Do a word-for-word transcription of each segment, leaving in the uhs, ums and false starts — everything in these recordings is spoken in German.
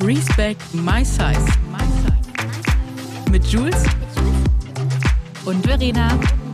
Respect My Size. Mit Jules und Verena.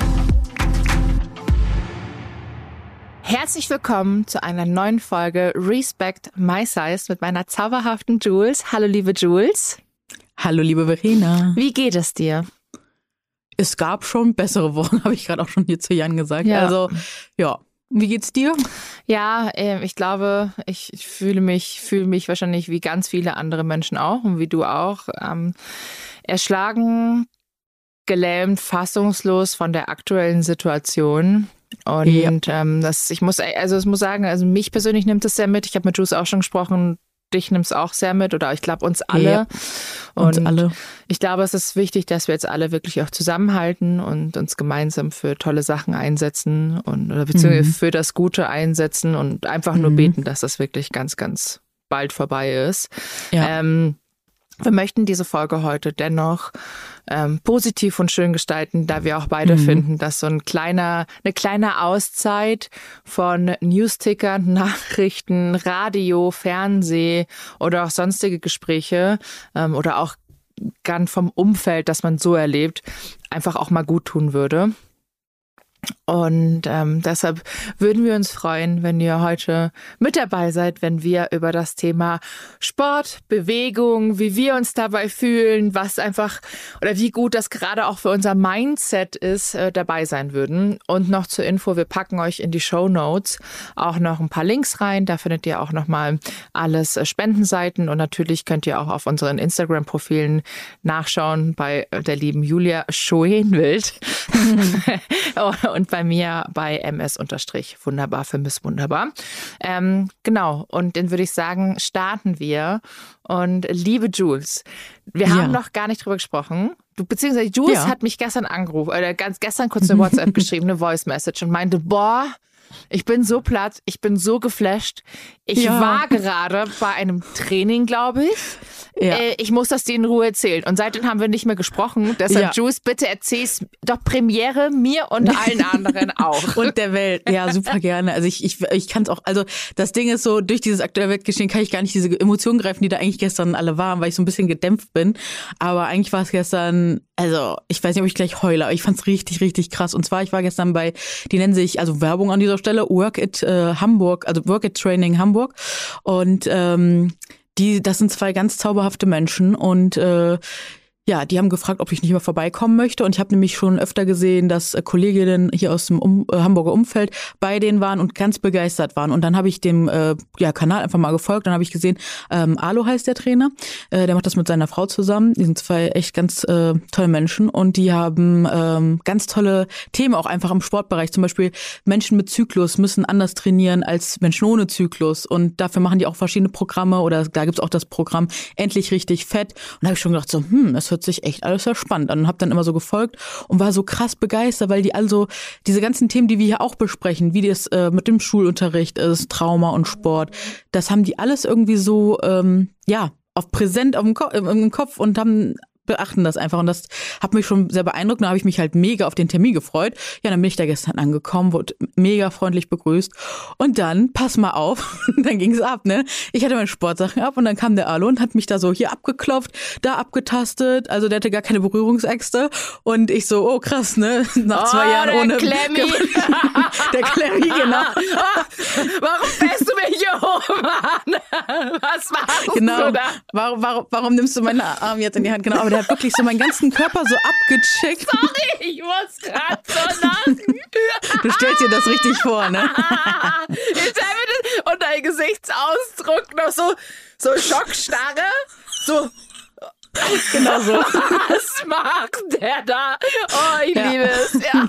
Herzlich willkommen zu einer neuen Folge Respect My Size mit meiner zauberhaften Jules. Hallo liebe Jules. Hallo liebe Verena. Wie geht es dir? Es gab schon bessere Wochen, habe ich gerade auch schon hier zu Jan gesagt. Ja. Also ja, wie geht's dir? Ja, äh, ich glaube, ich fühle mich, fühle mich wahrscheinlich wie ganz viele andere Menschen auch und wie du auch ähm, erschlagen, gelähmt, fassungslos von der aktuellen Situation. Und ja. ähm, das, ich muss, also ich muss sagen, also mich persönlich nimmt es sehr mit. Ich habe mit Jules auch schon gesprochen. Dich nimmt es auch sehr mit oder ich glaube uns alle. Ja, uns und alle. Ich glaube, es ist wichtig, dass wir jetzt alle wirklich auch zusammenhalten und uns gemeinsam für tolle Sachen einsetzen und oder beziehungsweise mhm. für das Gute einsetzen und einfach nur mhm. beten, dass das wirklich ganz, ganz bald vorbei ist. Ja. Ähm, wir möchten diese Folge heute dennoch ähm, positiv und schön gestalten, da wir auch beide mhm. finden, dass so ein kleiner, eine kleine Auszeit von Newstickern, Nachrichten, Radio, Fernseh oder auch sonstige Gespräche ähm, oder auch ganz vom Umfeld, das man so erlebt, einfach auch mal gut tun würde. Und ähm, deshalb würden wir uns freuen, wenn ihr heute mit dabei seid, wenn wir über das Thema Sport, Bewegung, wie wir uns dabei fühlen, was einfach oder wie gut das gerade auch für unser Mindset ist, äh, dabei sein würden. Und noch zur Info, wir packen euch in die Shownotes auch noch ein paar Links rein. Da findet ihr auch nochmal alles äh, Spendenseiten und natürlich könnt ihr auch auf unseren Instagram-Profilen nachschauen bei der lieben Julia Schoenwild. Und bei mir bei M S wunderbar für Miss Wunderbar. Ähm, genau, und dann würde ich sagen, starten wir. Und liebe Jules, wir haben ja. noch gar nicht drüber gesprochen. Du, beziehungsweise Jules ja. hat mich gestern angerufen, oder ganz gestern kurz eine WhatsApp geschrieben, eine Voice Message und meinte, boah, ich bin so platt, ich bin so geflasht. Ich ja. war gerade bei einem Training, glaube ich. Ja. Äh, ich muss das dir in Ruhe erzählen. Und seitdem haben wir nicht mehr gesprochen. Deshalb, ja. Jules, bitte erzähl's doch Premiere mir und allen anderen auch. Und der Welt. Ja, super gerne. Also ich, ich, ich kann es auch, also das Ding ist so, durch dieses aktuelle Weltgeschehen kann ich gar nicht diese Emotionen greifen, die da eigentlich gestern alle waren, weil ich so ein bisschen gedämpft bin. Aber eigentlich war es gestern, also ich weiß nicht, ob ich gleich heule, aber ich fand es richtig, richtig krass. Und zwar, ich war gestern bei, die nennen sich, also Werbung an dieser Stelle, Work It äh, Hamburg, also Work It Training Hamburg. Und ähm, die, das sind zwei ganz zauberhafte Menschen und äh, ja, die haben gefragt, ob ich nicht mal vorbeikommen möchte. Und ich habe nämlich schon öfter gesehen, dass äh, Kolleginnen hier aus dem um, äh, Hamburger Umfeld bei denen waren und ganz begeistert waren. Und dann habe ich dem äh, ja, Kanal einfach mal gefolgt. Dann habe ich gesehen, ähm, Alo heißt der Trainer. Äh, der macht das mit seiner Frau zusammen. Die sind zwei echt ganz äh, tolle Menschen. Und die haben ähm, ganz tolle Themen auch einfach im Sportbereich. Zum Beispiel Menschen mit Zyklus müssen anders trainieren als Menschen ohne Zyklus. Und dafür machen die auch verschiedene Programme. Oder da gibt's auch das Programm Endlich richtig fett. Und da habe ich schon gedacht, so, hm, das hört sich echt alles sehr spannend an und habe dann immer so gefolgt und war so krass begeistert, weil die also diese ganzen Themen, die wir hier auch besprechen, wie das äh, mit dem Schulunterricht ist, Trauma und Sport, das haben die alles irgendwie so ähm, ja auf präsent auf dem Ko- im Kopf und haben beachten das einfach und das hat mich schon sehr beeindruckt. Da habe ich mich halt mega auf den Termin gefreut. Ja, dann bin ich da gestern angekommen, wurde mega freundlich begrüßt und dann, pass mal auf, dann ging es ab, ne? Ich hatte meine Sportsachen ab und dann kam der Alo und hat mich da so hier abgeklopft, da abgetastet, also der hatte gar keine Berührungsängste und ich so, oh krass, ne? Nach zwei oh, Jahren der ohne... Klemmi. Der Klemmi, genau. Warum fährst du mich hier hoch, Mann? Was machst genau. du da? Warum, warum, warum nimmst du meine Arme jetzt in die Hand? Genau, aber der hat wirklich so meinen ganzen Körper so abgecheckt. Sorry, ich muss gerade so lachen. Du stellst dir das richtig vor, ne? Ich stell mir das und dein Gesichtsausdruck noch so, so Schockstarre, so. Genau so. Was macht der da? Oh, ich ja. liebe es, ja.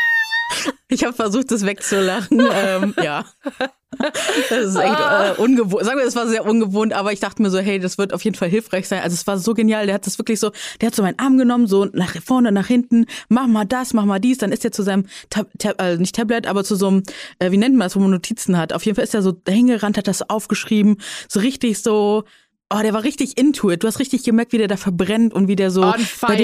Ich habe versucht, das wegzulachen. ähm, ja. Das ist echt äh, ungewohnt. Sagen wir, es war sehr ungewohnt, aber ich dachte mir so, hey, das wird auf jeden Fall hilfreich sein. Also es war so genial. Der hat das wirklich so, der hat so meinen Arm genommen, so nach vorne, nach hinten, mach mal das, mach mal dies. Dann ist er zu seinem, Tab, Tab, äh, nicht Tablet, aber zu so einem, äh, wie nennt man das, wo man Notizen hat. Auf jeden Fall ist er so hingerannt, hat das aufgeschrieben, so richtig so. Oh, der war richtig into it. Du hast richtig gemerkt, wie der da verbrennt und wie der so on fire. Bei dem,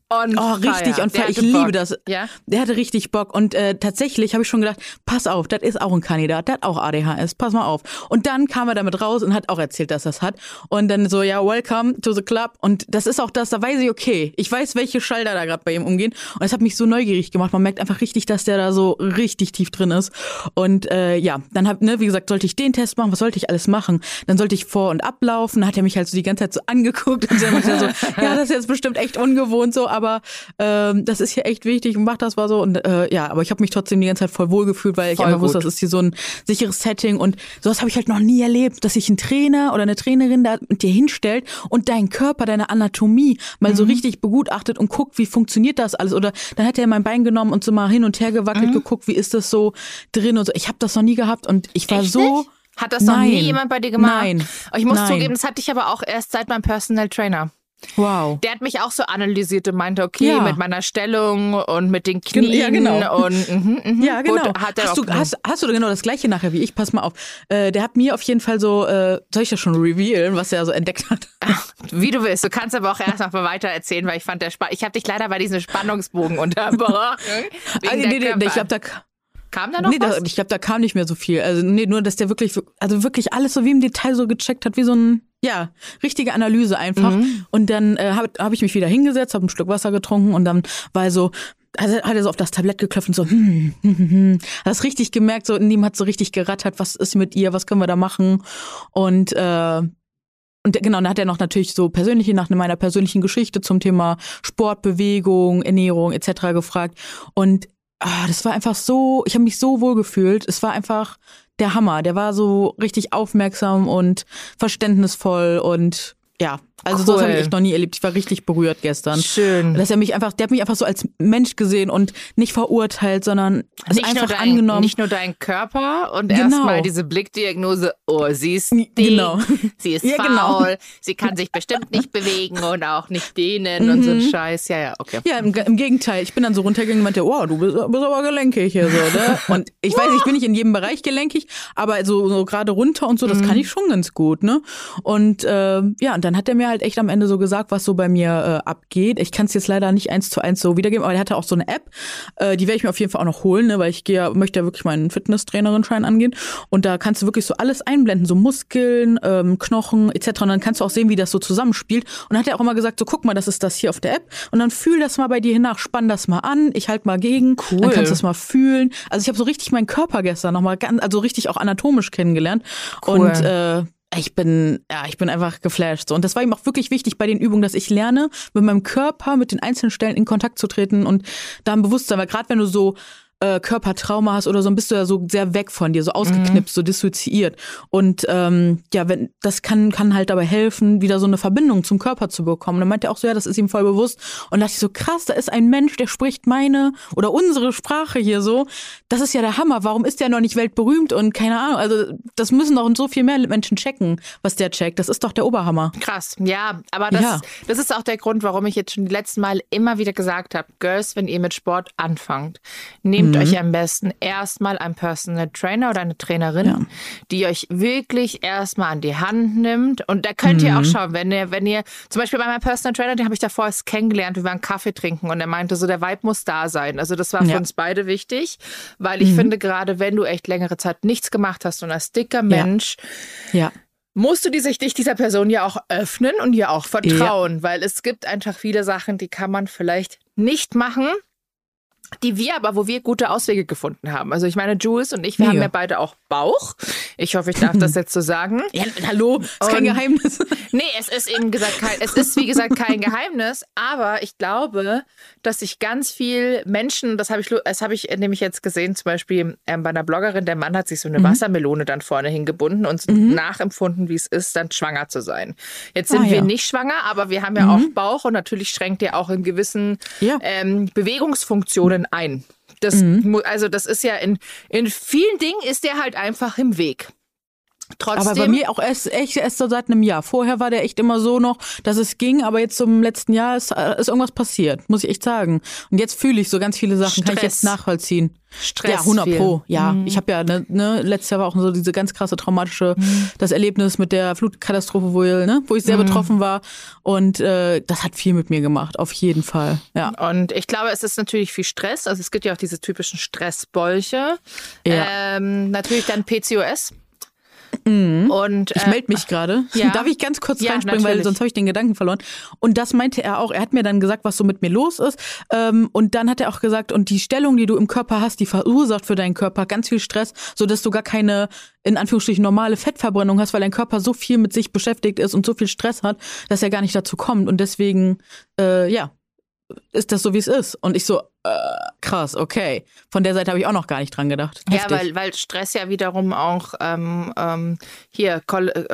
on Oh, richtig fire. on fire. Der Ich hatte liebe Bock. das. Ja? Der hatte richtig Bock. Und äh, tatsächlich habe ich schon gedacht, pass auf, das ist auch ein Kandidat, der hat auch A D H S, pass mal auf. Und dann kam er damit raus und hat auch erzählt, dass er das hat. Und dann so, ja, welcome to the club. Und das ist auch das, da weiß ich, okay, ich weiß, welche Schalter da gerade bei ihm umgehen. Und es hat mich so neugierig gemacht. Man merkt einfach richtig, dass der da so richtig tief drin ist. Und äh, ja, dann hab, ne, wie gesagt, sollte ich den Test machen, was sollte ich alles machen? Dann sollte ich vor- und ablaufen. Da hat er mich halt so die ganze Zeit so angeguckt und dann meinte er so, ja, das ist jetzt bestimmt echt ungewohnt so, aber ähm, das ist hier echt wichtig und mach das mal so. Und äh, ja, aber ich habe mich trotzdem die ganze Zeit voll wohl gefühlt, weil Voll ich einfach gut. wusste, das ist hier so ein sicheres Setting und sowas habe ich halt noch nie erlebt, dass sich ein Trainer oder eine Trainerin da mit dir hinstellt und deinen Körper, deine Anatomie mal mhm. so richtig begutachtet und guckt, wie funktioniert das alles. Oder dann hat er mein Bein genommen und so mal hin und her gewackelt, mhm. geguckt, wie ist das so drin und so. Ich habe das noch nie gehabt und ich war Echt so... nicht? Hat das noch Nein. nie jemand bei dir gemacht? Nein. Ich muss Nein. zugeben, das hatte ich aber auch erst seit meinem Personal Trainer. Wow. Der hat mich auch so analysiert und meinte, okay, Ja. mit meiner Stellung und mit den Knien Ja, genau. und mhm, mhm. Ja, genau. Gut, hat er hast, auch du, hast, hast du genau das Gleiche nachher wie ich? Pass mal auf. Äh, der hat mir auf jeden Fall so, äh, soll ich das schon revealen, was er so entdeckt hat? Wie du willst. Du kannst aber auch erst noch mal weiter erzählen, weil ich fand der Spaß. Ich habe dich leider bei diesem Spannungsbogen unterbrochen. Ah, nee, nee, nee, ich glaube, da kam da noch nee, was? Da, ich glaube, da kam nicht mehr so viel. Also nee, nur dass der wirklich, also wirklich alles so wie im Detail so gecheckt hat, wie so ein, ja, richtige Analyse einfach. Mhm. Und dann äh, habe hab ich mich wieder hingesetzt, habe ein Stück Wasser getrunken und dann war er so, also hat er so auf das Tablett geklopft und so, hm, hm, hm, hm. Hat das richtig gemerkt, so in ihm hat so richtig gerattert, was ist mit ihr, was können wir da machen? Und äh, Und genau, dann hat er noch natürlich so persönliche, nach meiner persönlichen Geschichte zum Thema Sport, Bewegung, Ernährung et cetera gefragt. Und ah, das war einfach so, ich habe mich so wohl gefühlt. Es war einfach der Hammer. Der war so richtig aufmerksam und verständnisvoll und ja, also cool. sowas habe ich echt noch nie erlebt. Ich war richtig berührt gestern. Schön. Dass er mich einfach, der hat mich einfach so als Mensch gesehen und nicht verurteilt, sondern es nicht einfach nur dein, angenommen. Nicht nur dein Körper und Genau. erstmal diese Blickdiagnose, oh, sie ist dick, Genau. sie ist Ja, faul, genau. sie kann sich bestimmt nicht bewegen und auch nicht dehnen und so ein Scheiß. Ja, ja, okay. Ja, im, im Gegenteil. Ich bin dann so runtergegangen und meinte, wow, du bist, bist aber gelenkig hier so, ne? Und ich weiß, ich bin nicht in jedem Bereich gelenkig, aber so, so gerade runter und so, das kann ich schon ganz gut, ne? Und äh, ja, und dann hat er mir halt echt am Ende so gesagt, was so bei mir äh, abgeht. Ich kann es jetzt leider nicht eins zu eins so wiedergeben, aber der hatte auch so eine App, äh, die werde ich mir auf jeden Fall auch noch holen, ne? Weil ich gehe, möchte ja wirklich meinen Fitnesstrainerin-Schein angehen. Und da kannst du wirklich so alles einblenden, so Muskeln, ähm, Knochen et cetera. Und dann kannst du auch sehen, wie das so zusammenspielt. Und dann hat er auch immer gesagt, so guck mal, das ist das hier auf der App. Und dann fühl das mal bei dir nach, spann das mal an, ich halt mal gegen. Cool. Dann kannst du es mal fühlen. Also ich habe so richtig meinen Körper gestern nochmal ganz, also richtig auch anatomisch kennengelernt. Cool. Und äh, ich bin, ja, ich bin einfach geflasht. So. Und das war ihm auch wirklich wichtig bei den Übungen, dass ich lerne, mit meinem Körper, mit den einzelnen Stellen in Kontakt zu treten und da ein Bewusstsein, weil gerade wenn du so äh, Körpertrauma hast oder so, dann bist du ja so sehr weg von dir, so ausgeknipst, mhm. so dissoziiert. Und ähm, ja, wenn das kann kann halt dabei helfen, wieder so eine Verbindung zum Körper zu bekommen. Dann meint er auch so, ja, das ist ihm voll bewusst. Und da dachte ich so, krass, da ist ein Mensch, der spricht meine oder unsere Sprache hier so. Das ist ja der Hammer. Warum ist der noch nicht weltberühmt und keine Ahnung. Also das müssen doch so viel mehr Menschen checken, was der checkt. Das ist doch der Oberhammer. Krass, ja, aber das, Ja. das ist auch der Grund, warum ich jetzt schon die letzten Mal immer wieder gesagt habe, Girls, wenn ihr mit Sport anfangt, nehmt euch am besten erstmal einen Personal Trainer oder eine Trainerin, Ja. die euch wirklich erstmal an die Hand nimmt. Und da könnt ihr auch schauen, wenn ihr, wenn ihr, zum Beispiel bei meinem Personal Trainer, den habe ich davor erst kennengelernt, wir waren Kaffee trinken und er meinte so, der Vibe muss da sein. Also das war für Ja. uns beide wichtig, weil ich finde, gerade wenn du echt längere Zeit nichts gemacht hast und als dicker Mensch, Ja. musst du die, sich dich dieser Person ja auch öffnen und ihr auch vertrauen, ja. weil es gibt einfach viele Sachen, die kann man vielleicht nicht machen, die wir aber, wo wir gute Auswege gefunden haben. Also ich meine, Jules und ich, wir Mega. haben ja beide auch Bauch. Ich hoffe, ich darf das jetzt so sagen. Ja, hallo, ist kein Und- Geheimnis. Nee, es ist eben gesagt kein, es ist wie gesagt kein Geheimnis, aber ich glaube, dass sich ganz viel Menschen, das habe ich, das habe ich nämlich jetzt gesehen, zum Beispiel ähm, bei einer Bloggerin, der Mann hat sich so eine Wassermelone dann vorne hingebunden und nachempfunden, wie es ist, dann schwanger zu sein. Jetzt sind Ah, wir ja. nicht schwanger, aber wir haben ja auch Bauch und natürlich schränkt der auch in gewissen Ja. ähm, Bewegungsfunktionen ein. Das, mu- also das ist ja in, in vielen Dingen ist der halt einfach im Weg. Trotzdem, aber bei mir auch erst, echt erst so seit einem Jahr. Vorher war der echt immer so noch, dass es ging, aber jetzt zum letzten Jahr ist, ist irgendwas passiert, muss ich echt sagen. Und jetzt fühle ich so ganz viele Sachen, Stress. Kann ich jetzt nachvollziehen. Stress ja, hundert Pro, viel. ja. Mhm. Ich habe ja, ne, ne, letztes Jahr war auch so diese ganz krasse traumatische, mhm. das Erlebnis mit der Flutkatastrophe, wo, ne, wo ich sehr mhm. betroffen war. Und äh, das hat viel mit mir gemacht, auf jeden Fall. Ja. Und ich glaube, es ist natürlich viel Stress. Also es gibt ja auch diese typischen Stressbäuche. Ja. Ähm, natürlich dann P C O S. Mhm. Und, äh, ich melde mich gerade. Ja. Darf ich ganz kurz ja, reinspringen, natürlich. weil sonst habe ich den Gedanken verloren. Und das meinte er auch. Er hat mir dann gesagt, was so mit mir los ist. Und dann hat er auch gesagt, und die Stellung, die du im Körper hast, die verursacht für deinen Körper ganz viel Stress, sodass du gar keine, in Anführungsstrichen, normale Fettverbrennung hast, weil dein Körper so viel mit sich beschäftigt ist und so viel Stress hat, dass er gar nicht dazu kommt. Und deswegen, äh, ja, ist das so, wie es ist. Und ich so, äh, krass, okay. Von der Seite habe ich auch noch gar nicht dran gedacht. Heftig. Ja, weil, weil Stress ja wiederum auch ähm, ähm, hier, Kol äh,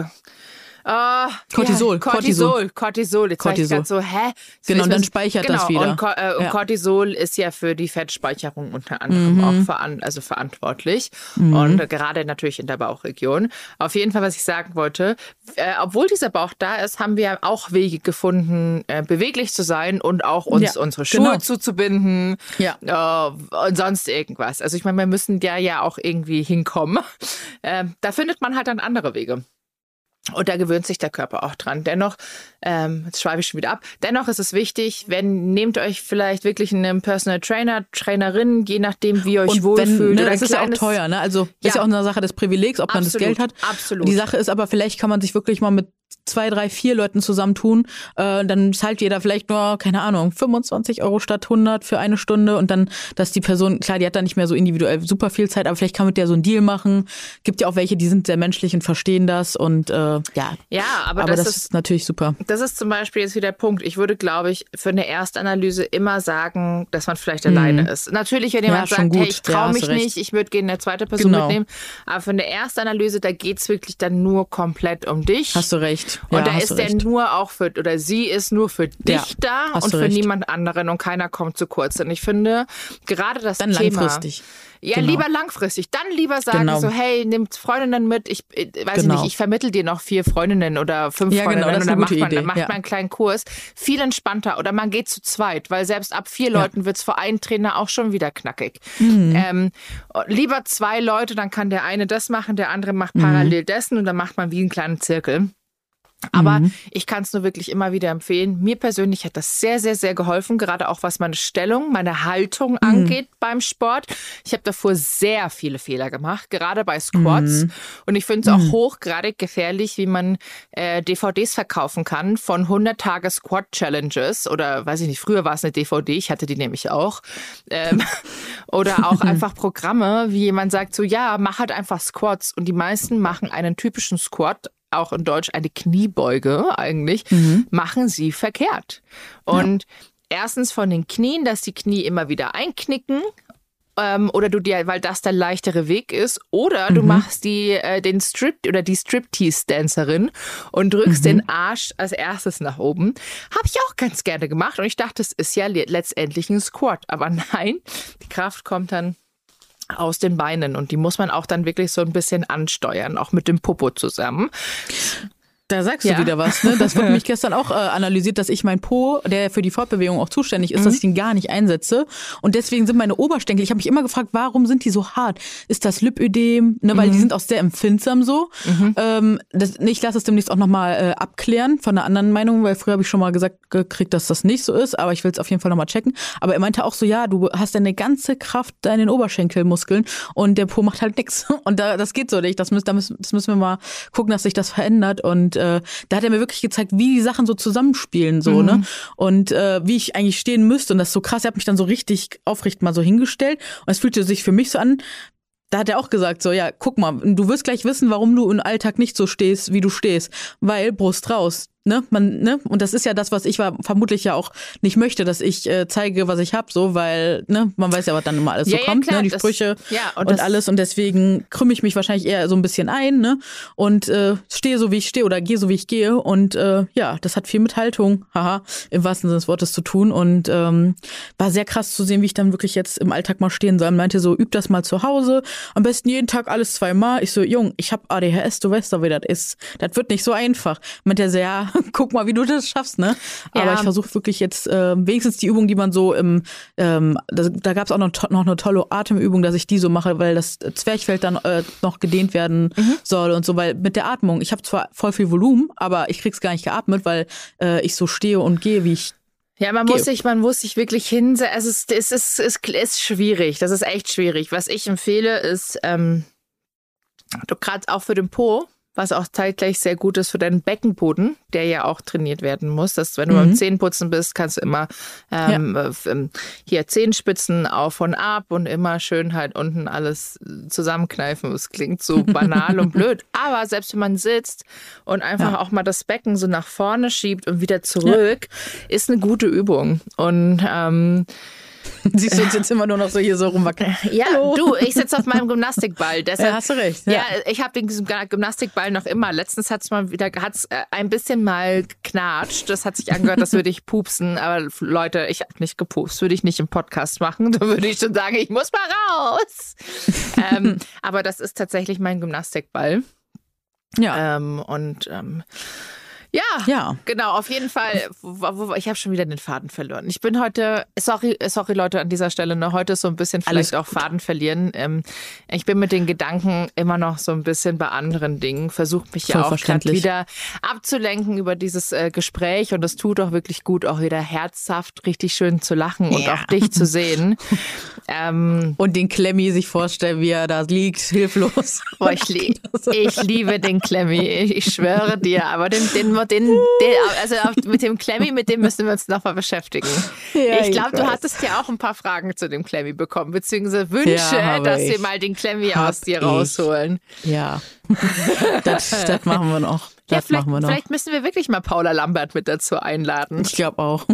Uh, Cortisol, ja, Cortisol, Cortisol. Jetzt Cortisol. Ich so, hä? So genau, und dann speichert genau, das wieder. Und, äh, und ja. Cortisol ist ja für die Fettspeicherung unter anderem mhm. auch veran also verantwortlich. Mhm. Und äh, gerade natürlich in der Bauchregion. Auf jeden Fall, was ich sagen wollte, äh, obwohl dieser Bauch da ist, haben wir auch Wege gefunden, äh, beweglich zu sein und auch uns ja, unsere Schuhe genau. zuzubinden ja. äh, und sonst irgendwas. Also ich meine, wir müssen ja ja auch irgendwie hinkommen. Äh, da findet man halt dann andere Wege. Und da gewöhnt sich der Körper auch dran. Dennoch, ähm, jetzt schweife ich schon wieder ab, dennoch ist es wichtig, wenn, nehmt euch vielleicht wirklich einen Personal Trainer, Trainerin, je nachdem, wie ihr euch und wohlfühlt. Ne, das ist ja auch teuer, ne? Also ja. ist ja auch eine Sache des Privilegs, ob absolut, man das Geld hat. Absolut. Die Sache ist aber, vielleicht kann man sich wirklich mal mit zwei, drei, vier Leuten zusammentun, äh, dann zahlt jeder vielleicht nur, keine Ahnung, fünfundzwanzig Euro statt hundert für eine Stunde und dann, dass die Person, klar, die hat dann nicht mehr so individuell super viel Zeit, aber vielleicht kann mit der so einen Deal machen. Gibt ja auch welche, die sind sehr menschlich und verstehen das und äh, ja. Ja, aber, aber das, das ist, ist natürlich super. Das ist zum Beispiel jetzt wieder der Punkt. Ich würde, glaube ich, für eine Erstanalyse immer sagen, dass man vielleicht mhm. alleine ist. Natürlich, wenn jemand ja, sagt, gut. hey, ich traue ja, mich recht. nicht, ich würde gerne eine zweite Person genau. mitnehmen, aber für eine Erstanalyse, da geht's wirklich dann nur komplett um dich. Hast du recht. Und ja, da ist der nur auch für, oder sie ist nur für dich ja, da und für recht. niemand anderen und keiner kommt zu kurz. Und ich finde, gerade das dann Thema... langfristig. Ja, genau. lieber langfristig. Dann lieber sagen genau. so, hey, nimmt Freundinnen mit. Ich weiß genau. nicht, ich vermittel dir noch vier Freundinnen oder fünf ja, Freundinnen. Genau, das ist eine und dann gute macht, man, Idee. macht ja. man einen kleinen Kurs. Viel entspannter. Oder man geht zu zweit, weil selbst ab vier ja. Leuten wird's vor einem Trainer auch schon wieder knackig. Mhm. Ähm, lieber zwei Leute, dann kann der eine das machen, der andere macht parallel mhm. dessen und dann macht man wie einen kleinen Zirkel. Aber mhm. ich kann es nur wirklich immer wieder empfehlen. Mir persönlich hat das sehr, sehr, sehr geholfen, gerade auch was meine Stellung, meine Haltung mhm. angeht beim Sport. Ich habe davor sehr viele Fehler gemacht, gerade bei Squats. Mhm. Und ich finde es auch mhm. hochgradig gefährlich, wie man äh, D V Ds verkaufen kann von hundert Tage Squat Challenges oder weiß ich nicht, früher war es eine D V D, ich hatte die nämlich auch. Ähm, oder auch einfach Programme, wie jemand sagt so, ja, mach halt einfach Squats. Und die meisten machen einen typischen Squat, auch in Deutsch eine Kniebeuge eigentlich, mhm. machen sie verkehrt. Und ja. erstens von den Knien, dass die Knie immer wieder einknicken ähm, oder du dir, weil das der leichtere Weg ist, oder mhm. du machst die äh, den Strip oder die Striptease-Dancerin und drückst mhm. den Arsch als erstes nach oben. Habe ich auch ganz gerne gemacht und ich dachte, es ist ja letztendlich ein Squat. Aber nein, die Kraft kommt dann aus den Beinen und die muss man auch dann wirklich so ein bisschen ansteuern, auch mit dem Popo zusammen. Da sagst ja. du wieder was, ne? Das wurde mich gestern auch äh, analysiert, dass ich mein Po, der für die Fortbewegung auch zuständig ist, mhm. dass ich den gar nicht einsetze. Und deswegen sind meine Oberschenkel, ich habe mich immer gefragt, warum sind die so hart? Ist das Lipödem? Ne, weil mhm. die sind auch sehr empfindsam so. Mhm. Ähm, das, ich lasse es demnächst auch nochmal äh, abklären von einer anderen Meinung, weil früher habe ich schon mal gesagt gekriegt, dass das nicht so ist, aber ich will es auf jeden Fall nochmal checken. Aber er meinte auch so, ja, du hast deine ganze Kraft in den Oberschenkelmuskeln und der Po macht halt nichts. Und da, das geht so nicht. Das müssen, das müssen wir mal gucken, dass sich das verändert. Und äh, da hat er mir wirklich gezeigt, wie die Sachen so zusammenspielen, so, mhm. ne? Und äh, wie ich eigentlich stehen müsste. Und das ist so krass. Er hat mich dann so richtig aufrecht mal so hingestellt. Und es fühlte sich für mich so an, da hat er auch gesagt, so, ja, guck mal, du wirst gleich wissen, warum du im Alltag nicht so stehst, wie du stehst. Weil Brust raus. ne, man, ne, und das ist ja das, was ich war, vermutlich ja auch nicht möchte, dass ich äh, zeige, was ich habe, so, weil, ne, man weiß ja, was dann immer alles ja, so ja, kommt, klar, ne, die das, Sprüche ja, und, und alles und deswegen krümme ich mich wahrscheinlich eher so ein bisschen ein, ne, und äh, stehe so, wie ich stehe oder gehe so, wie ich gehe und äh, ja, das hat viel mit Haltung, haha, im wahrsten Sinne des Wortes zu tun und ähm, war sehr krass zu sehen, wie ich dann wirklich jetzt im Alltag mal stehen soll. Meinte so, üb das mal zu Hause, am besten jeden Tag alles zweimal. Ich so, Jung, ich habe A D H S, du weißt doch, wie das ist. Das wird nicht so einfach. Meint er so, ja, guck mal, wie du das schaffst, ne? Aber ja. ich versuche wirklich jetzt äh, wenigstens die Übung, die man so im, ähm, da, da gab es auch noch, noch eine tolle Atemübung, dass ich die so mache, weil das Zwerchfell dann äh, noch gedehnt werden mhm. soll und so, weil mit der Atmung, ich habe zwar voll viel Volumen, aber ich krieg's gar nicht geatmet, weil äh, ich so stehe und gehe, wie ich Ja, man muss sich, man muss sich wirklich hinsetzen. Also es, es, ist, es ist schwierig. Das ist echt schwierig. Was ich empfehle, ist, ähm, du gerade auch für den Po, was auch zeitgleich sehr gut ist für deinen Beckenboden, der ja auch trainiert werden muss. Dass, wenn du mhm. beim Zähneputzen bist, kannst du immer ähm, ja. hier Zehenspitzen auf und ab und immer schön halt unten alles zusammenkneifen. Es klingt so banal und blöd. Aber selbst wenn man sitzt und einfach ja. auch mal das Becken so nach vorne schiebt und wieder zurück, ja. ist eine gute Übung. Und ähm, siehst du uns jetzt immer nur noch so hier so rumwackeln. Ja, Hallo. Du, ich sitze auf meinem Gymnastikball. Deshalb, ja, hast du recht. Ja, ja ich habe diesen Gymnastikball noch immer. Letztens hat es mal wieder hat's ein bisschen mal geknatscht. Das hat sich angehört, das würde ich pupsen. Aber Leute, ich habe nicht gepupst. Würde ich nicht im Podcast machen. Da würde ich schon sagen, ich muss mal raus. ähm, aber das ist tatsächlich mein Gymnastikball. Ja. Ähm, und ähm, Ja, ja, genau, auf jeden Fall. Ich habe schon wieder den Faden verloren. Ich bin heute, sorry, sorry Leute an dieser Stelle, ne, heute ist so ein bisschen vielleicht auch Faden verlieren. Ich bin mit den Gedanken immer noch so ein bisschen bei anderen Dingen, versuche mich ja auch gerade wieder abzulenken über dieses äh, Gespräch und es tut auch wirklich gut, auch wieder herzhaft, richtig schön zu lachen und ja. auch dich zu sehen. ähm, und den Klemmi sich vorstellen, wie er da liegt, hilflos. Boah, ich, li- ich liebe den Klemmi, ich schwöre dir, aber den, den Den, den, also mit dem Klemmi, mit dem müssen wir uns nochmal beschäftigen. Ja, ich glaube, du hattest ja auch ein paar Fragen zu dem Klemmi bekommen, beziehungsweise Wünsche, ja, dass ich. wir mal den Klemmi hab aus dir ich. rausholen. Ja, das, das machen wir noch. Das ja, vielleicht, machen wir noch. Vielleicht müssen wir wirklich mal Paula Lambert mit dazu einladen. Ich glaube auch.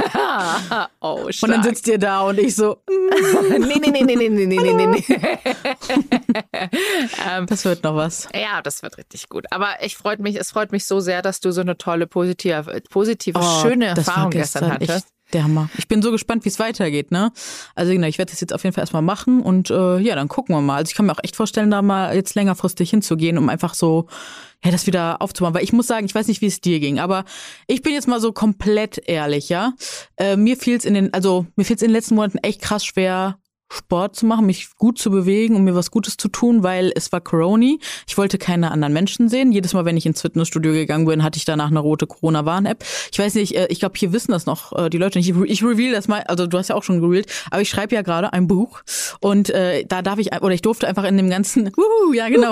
oh, stark. Und dann sitzt ihr da und ich so. nee, nee, nee, nee, nee, nee, nee, nee, nee. ähm, das wird noch was. Ja, das wird richtig gut. Aber ich freut mich, es freut mich so sehr, dass du so eine tolle, positive, positive oh, schöne Erfahrung gestern, gestern hattest. Der Hammer. Ich bin so gespannt, wie es weitergeht, ne? Also genau, ich werde das jetzt auf jeden Fall erstmal machen und äh, ja, dann gucken wir mal. Also ich kann mir auch echt vorstellen, da mal jetzt längerfristig hinzugehen, um einfach so, ja, das wieder aufzubauen. Weil ich muss sagen, ich weiß nicht, wie es dir ging, aber ich bin jetzt mal so komplett ehrlich, ja. Äh, mir fiel es in den, also mir fiel es in den letzten Monaten echt krass schwer, Sport zu machen, mich gut zu bewegen, um mir was Gutes zu tun, weil es war Corona. Ich wollte keine anderen Menschen sehen. Jedes Mal, wenn ich ins Fitnessstudio gegangen bin, hatte ich danach eine rote Corona-Warn-App. Ich weiß nicht, ich glaube, hier wissen das noch die Leute nicht. Ich reveal das mal, also du hast ja auch schon gerevealt, aber ich schreibe ja gerade ein Buch und äh, da darf ich, oder ich durfte einfach in dem ganzen, wuhu, ja genau,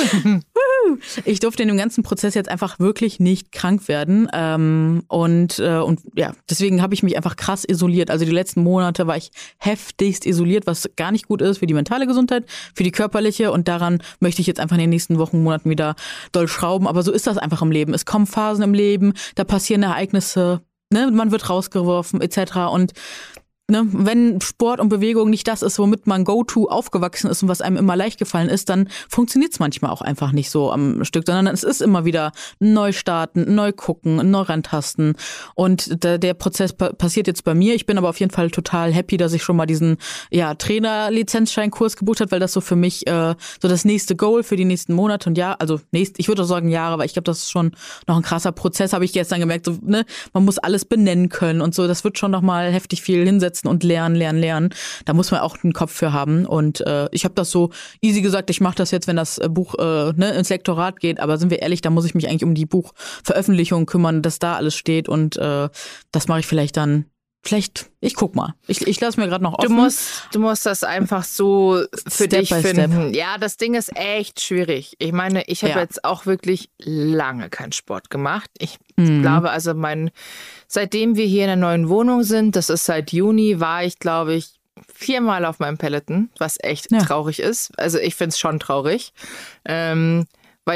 wuhu, ich durfte in dem ganzen Prozess jetzt einfach wirklich nicht krank werden ähm, und äh, und ja, deswegen habe ich mich einfach krass isoliert. Also die letzten Monate war ich heftigst isoliert, was gar nicht gut ist für die mentale Gesundheit, für die körperliche und daran möchte ich jetzt einfach in den nächsten Wochen, Monaten wieder doll schrauben. Aber so ist das einfach im Leben. Es kommen Phasen im Leben, da passieren Ereignisse, ne? Man wird rausgeworfen et cetera. Und ne, wenn Sport und Bewegung nicht das ist, womit man go-to aufgewachsen ist und was einem immer leicht gefallen ist, dann funktioniert es manchmal auch einfach nicht so am Stück, sondern es ist immer wieder ein Neustarten, ein Neugucken, ein Neurantasten und der, der Prozess pa- passiert jetzt bei mir. Ich bin aber auf jeden Fall total happy, dass ich schon mal diesen ja, Trainer-Lizenzscheinkurs gebucht habe, weil das so für mich äh, so das nächste Goal für die nächsten Monate und Jahre, also nächst, ich würde auch sagen Jahre, weil ich glaube, das ist schon noch ein krasser Prozess, habe ich gestern gemerkt, so, ne, man muss alles benennen können und so, das wird schon noch mal heftig viel hinsetzen und lernen, lernen, lernen. Da muss man auch einen Kopf für haben. Und äh, ich habe das so easy gesagt, ich mache das jetzt, wenn das Buch äh, ne, ins Lektorat geht. Aber sind wir ehrlich, da muss ich mich eigentlich um die Buchveröffentlichung kümmern, dass da alles steht. Und äh, das mache ich vielleicht dann, vielleicht, ich guck mal. Ich, ich lasse mir gerade noch offen. Du musst, du musst das einfach so für Step dich by finden. Step. Ja, das Ding ist echt schwierig. Ich meine, ich habe Ja. jetzt auch wirklich lange keinen Sport gemacht. Ich Mhm. glaube, also mein, seitdem wir hier in der neuen Wohnung sind, das ist seit Juni, war ich, glaube ich, viermal auf meinem Peloton, was echt Ja. traurig ist. Also ich finde es schon traurig, ähm, weil ich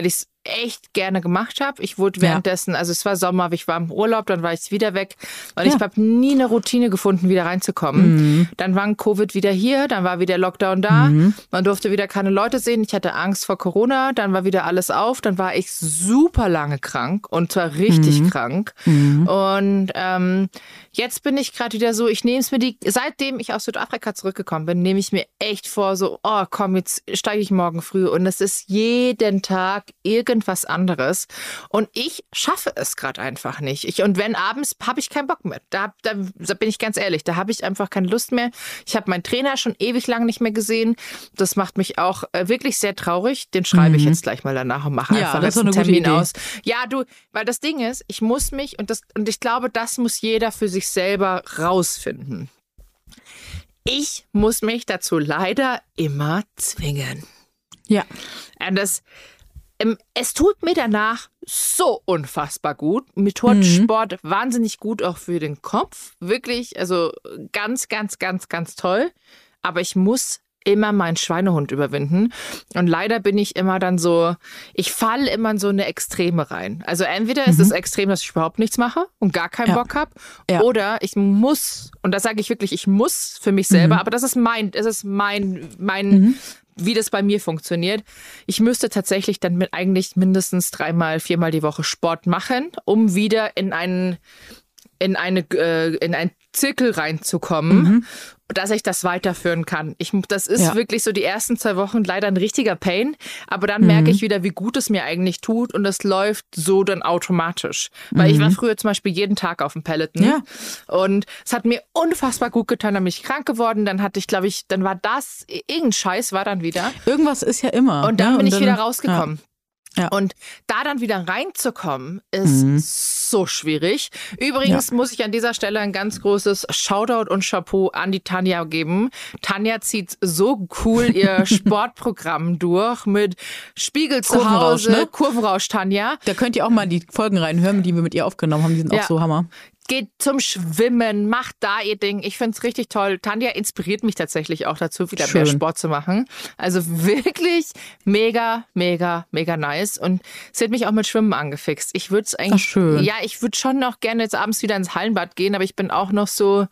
echt gerne gemacht habe. Ich wurde währenddessen, also es war Sommer, ich war im Urlaub, dann war ich wieder weg. Und ja. ich habe nie eine Routine gefunden, wieder reinzukommen. Mhm. Dann war Covid wieder hier, dann war wieder Lockdown da. Mhm. Man durfte wieder keine Leute sehen. Ich hatte Angst vor Corona, dann war wieder alles auf. Dann war ich super lange krank und zwar richtig mhm. krank. Mhm. Und ähm, jetzt bin ich gerade wieder so, ich nehme es mir die, seitdem ich aus Südafrika zurückgekommen bin, nehme ich mir echt vor, so, oh komm, jetzt steige ich morgen früh und es ist jeden Tag irgendwas anderes und ich schaffe es gerade einfach nicht. Ich, und wenn abends, habe ich keinen Bock mehr. Da, da, da bin ich ganz ehrlich, da habe ich einfach keine Lust mehr. Ich habe meinen Trainer schon ewig lang nicht mehr gesehen. Das macht mich auch äh, wirklich sehr traurig. Den schreibe mhm. ich jetzt gleich mal danach und mache ja, einfach jetzt einen Termin aus. Ja, du, weil das Ding ist, ich muss mich und das und ich glaube, das muss jeder für sich selber rausfinden. Ich muss mich dazu leider immer zwingen. Ja. Und das, ähm, es tut mir danach so unfassbar gut. Mir tut mhm. Sport wahnsinnig gut, auch für den Kopf. Wirklich, also ganz, ganz, ganz, ganz toll. Aber ich muss immer meinen Schweinehund überwinden. Und leider bin ich immer dann so, ich falle immer in so eine Extreme rein. Also entweder mhm. ist es extrem, dass ich überhaupt nichts mache und gar keinen ja. Bock habe, ja. oder ich muss, und das sage ich wirklich, ich muss für mich selber, mhm. aber das ist mein, das ist mein, mein, mhm. wie das bei mir funktioniert. Ich müsste tatsächlich dann mit eigentlich mindestens dreimal, viermal die Woche Sport machen, um wieder in einen, in eine, äh, in einen Zirkel reinzukommen, mhm. dass ich das weiterführen kann. Ich, das ist ja. wirklich so die ersten zwei Wochen leider ein richtiger Pain, aber dann mhm. merke ich wieder, wie gut es mir eigentlich tut und es läuft so dann automatisch. Weil mhm. ich war früher zum Beispiel jeden Tag auf dem Peloton ja. und es hat mir unfassbar gut getan, dann bin ich krank geworden, dann hatte ich, glaube ich, dann war das, irgendein Scheiß war dann wieder. Irgendwas ist ja immer. Und dann ne? bin und ich dann, wieder rausgekommen. Ja. Ja. Und da dann wieder reinzukommen, ist mhm. so schwierig. Übrigens ja. muss ich an dieser Stelle ein ganz großes Shoutout und Chapeau an die Tanja geben. Tanja zieht so cool ihr Sportprogramm durch mit Spiegel zu Hause, ne? Kurvenrausch Tanja. Da könnt ihr auch mal die Folgen reinhören, die wir mit ihr aufgenommen haben. Die sind ja. auch so Hammer. Geht zum Schwimmen, macht da ihr Ding. Ich find's richtig toll. Tanja inspiriert mich tatsächlich auch dazu, wieder Schön. mehr Sport zu machen. Also wirklich mega, mega, mega nice. Und sie hat mich auch mit Schwimmen angefixt. Ich würde es eigentlich, Ach, schön. ja, ich würde schon noch gerne jetzt abends wieder ins Hallenbad gehen, aber ich bin auch noch so,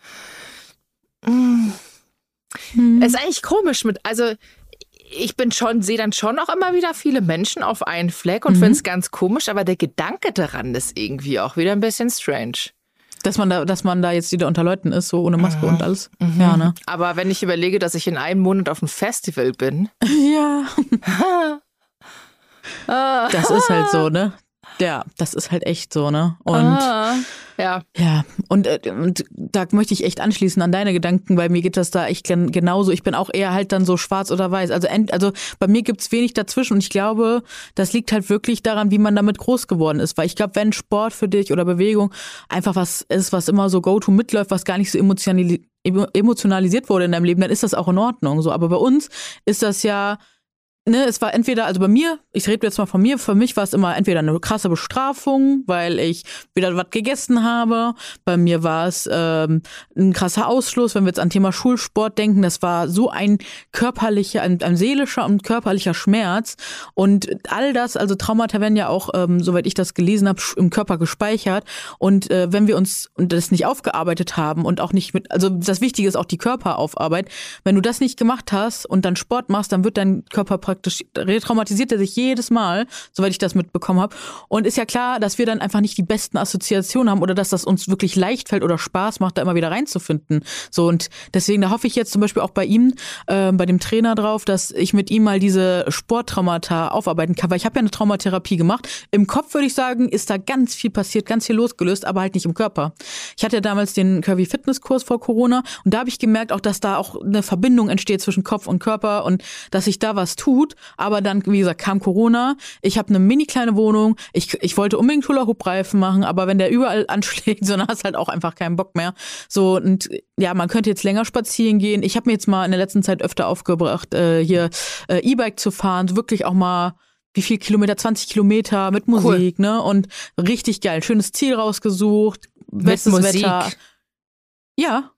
mm, hm. es ist eigentlich komisch mit, also ich bin schon, sehe dann schon auch immer wieder viele Menschen auf einen Fleck und mhm. finde es ganz komisch, aber der Gedanke daran ist irgendwie auch wieder ein bisschen strange. Dass man da, dass man da jetzt wieder unter Leuten ist, so ohne Maske mhm. und alles. Mhm. Ja, ne? Aber wenn ich überlege, dass ich in einem Monat auf einem Festival bin. Ja. Das ist halt so, ne? Ja, das ist halt echt so, ne? Und ah, ja. Ja, und, und da möchte ich echt anschließen an deine Gedanken, weil mir geht das da echt genauso. Ich bin auch eher halt dann so schwarz oder weiß. Also, also bei mir gibt's wenig dazwischen und ich glaube, das liegt halt wirklich daran, wie man damit groß geworden ist. Weil ich glaube, wenn Sport für dich oder Bewegung einfach was ist, was immer so go-to mitläuft, was gar nicht so emotionalisiert wurde in deinem Leben, dann ist das auch in Ordnung. So, aber bei uns ist das ja Ne, es war entweder, also bei mir, ich rede jetzt mal von mir, für mich war es immer entweder eine krasse Bestrafung, weil ich wieder was gegessen habe. Bei mir war es ähm, ein krasser Ausschluss, wenn wir jetzt an Thema Schulsport denken. Das war so ein körperlicher, ein, ein seelischer und körperlicher Schmerz. Und all das, also Traumata werden ja auch, ähm, soweit ich das gelesen habe, im Körper gespeichert. Und äh, wenn wir uns und das nicht aufgearbeitet haben und auch nicht mit, also das Wichtige ist auch die Körperaufarbeit. Wenn du das nicht gemacht hast und dann Sport machst, dann wird dein Körper praktisch retraumatisiert er sich jedes Mal, soweit ich das mitbekommen habe. Und ist ja klar, dass wir dann einfach nicht die besten Assoziationen haben oder dass das uns wirklich leicht fällt oder Spaß macht, da immer wieder reinzufinden. So, und deswegen, da hoffe ich jetzt zum Beispiel auch bei ihm, äh, bei dem Trainer drauf, dass ich mit ihm mal diese Sporttraumata aufarbeiten kann, weil ich habe ja eine Traumatherapie gemacht. Im Kopf würde ich sagen, ist da ganz viel passiert, ganz viel losgelöst, aber halt nicht im Körper. Ich hatte ja damals den Curvy Fitness Kurs vor Corona und da habe ich gemerkt auch, dass da auch eine Verbindung entsteht zwischen Kopf und Körper und dass sich da was tut. Aber dann, wie gesagt, kam Corona. Ich habe eine mini kleine Wohnung. Ich, ich wollte unbedingt Hula-Hoop-Reifen machen, aber wenn der überall anschlägt, so, dann hast du halt auch einfach keinen Bock mehr. So, und ja, man könnte jetzt länger spazieren gehen. Ich habe mir jetzt mal in der letzten Zeit öfter aufgebracht, äh, hier äh, E-Bike zu fahren. So wirklich auch mal, wie viel Kilometer? zwanzig Kilometer mit Musik, cool. ne? Und richtig geil. Schönes Ziel rausgesucht. Bestes mit Musik. Wetter. Ja.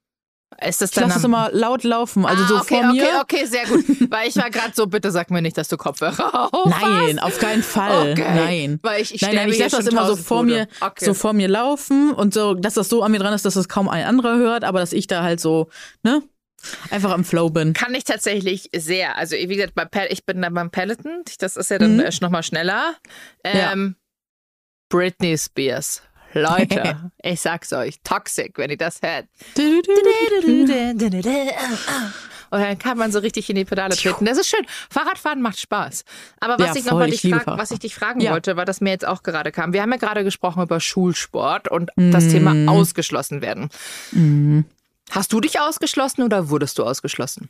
Ist das Ich dann lasse es am- immer laut laufen, also ah, so okay, vor mir. Okay, okay, sehr gut. Weil ich war gerade so, bitte sag mir nicht, dass du Kopfhörer auf Nein, auf keinen Fall. Okay. Nein. Weil ich, ich nein, nein, sterbe ich hier lasse das schon immer so tausend vor Tode. mir, Okay. so vor mir laufen und so, dass das so an mir dran ist, dass das kaum ein anderer hört, aber dass ich da halt so, ne, einfach am Flow bin. Kann ich tatsächlich sehr. Also wie gesagt, bei Pel- ich bin dann beim Peloton, das ist ja dann Mhm. äh, noch mal schneller. Ähm, Britney Spears. Leute, ich sag's euch, toxic, wenn ihr das hört. Du, du, du, du. Und dann kann man so richtig in die Pedale treten. Das ist schön. Fahrradfahren macht Spaß. Aber was Ja, ich noch voll, mal ich dich liebe frag, was ich dich fragen Ja. wollte, weil das mir jetzt auch gerade kam. Wir haben ja gerade gesprochen über Schulsport und das Thema ausgeschlossen werden. Mhm. Hast du dich ausgeschlossen oder wurdest du ausgeschlossen?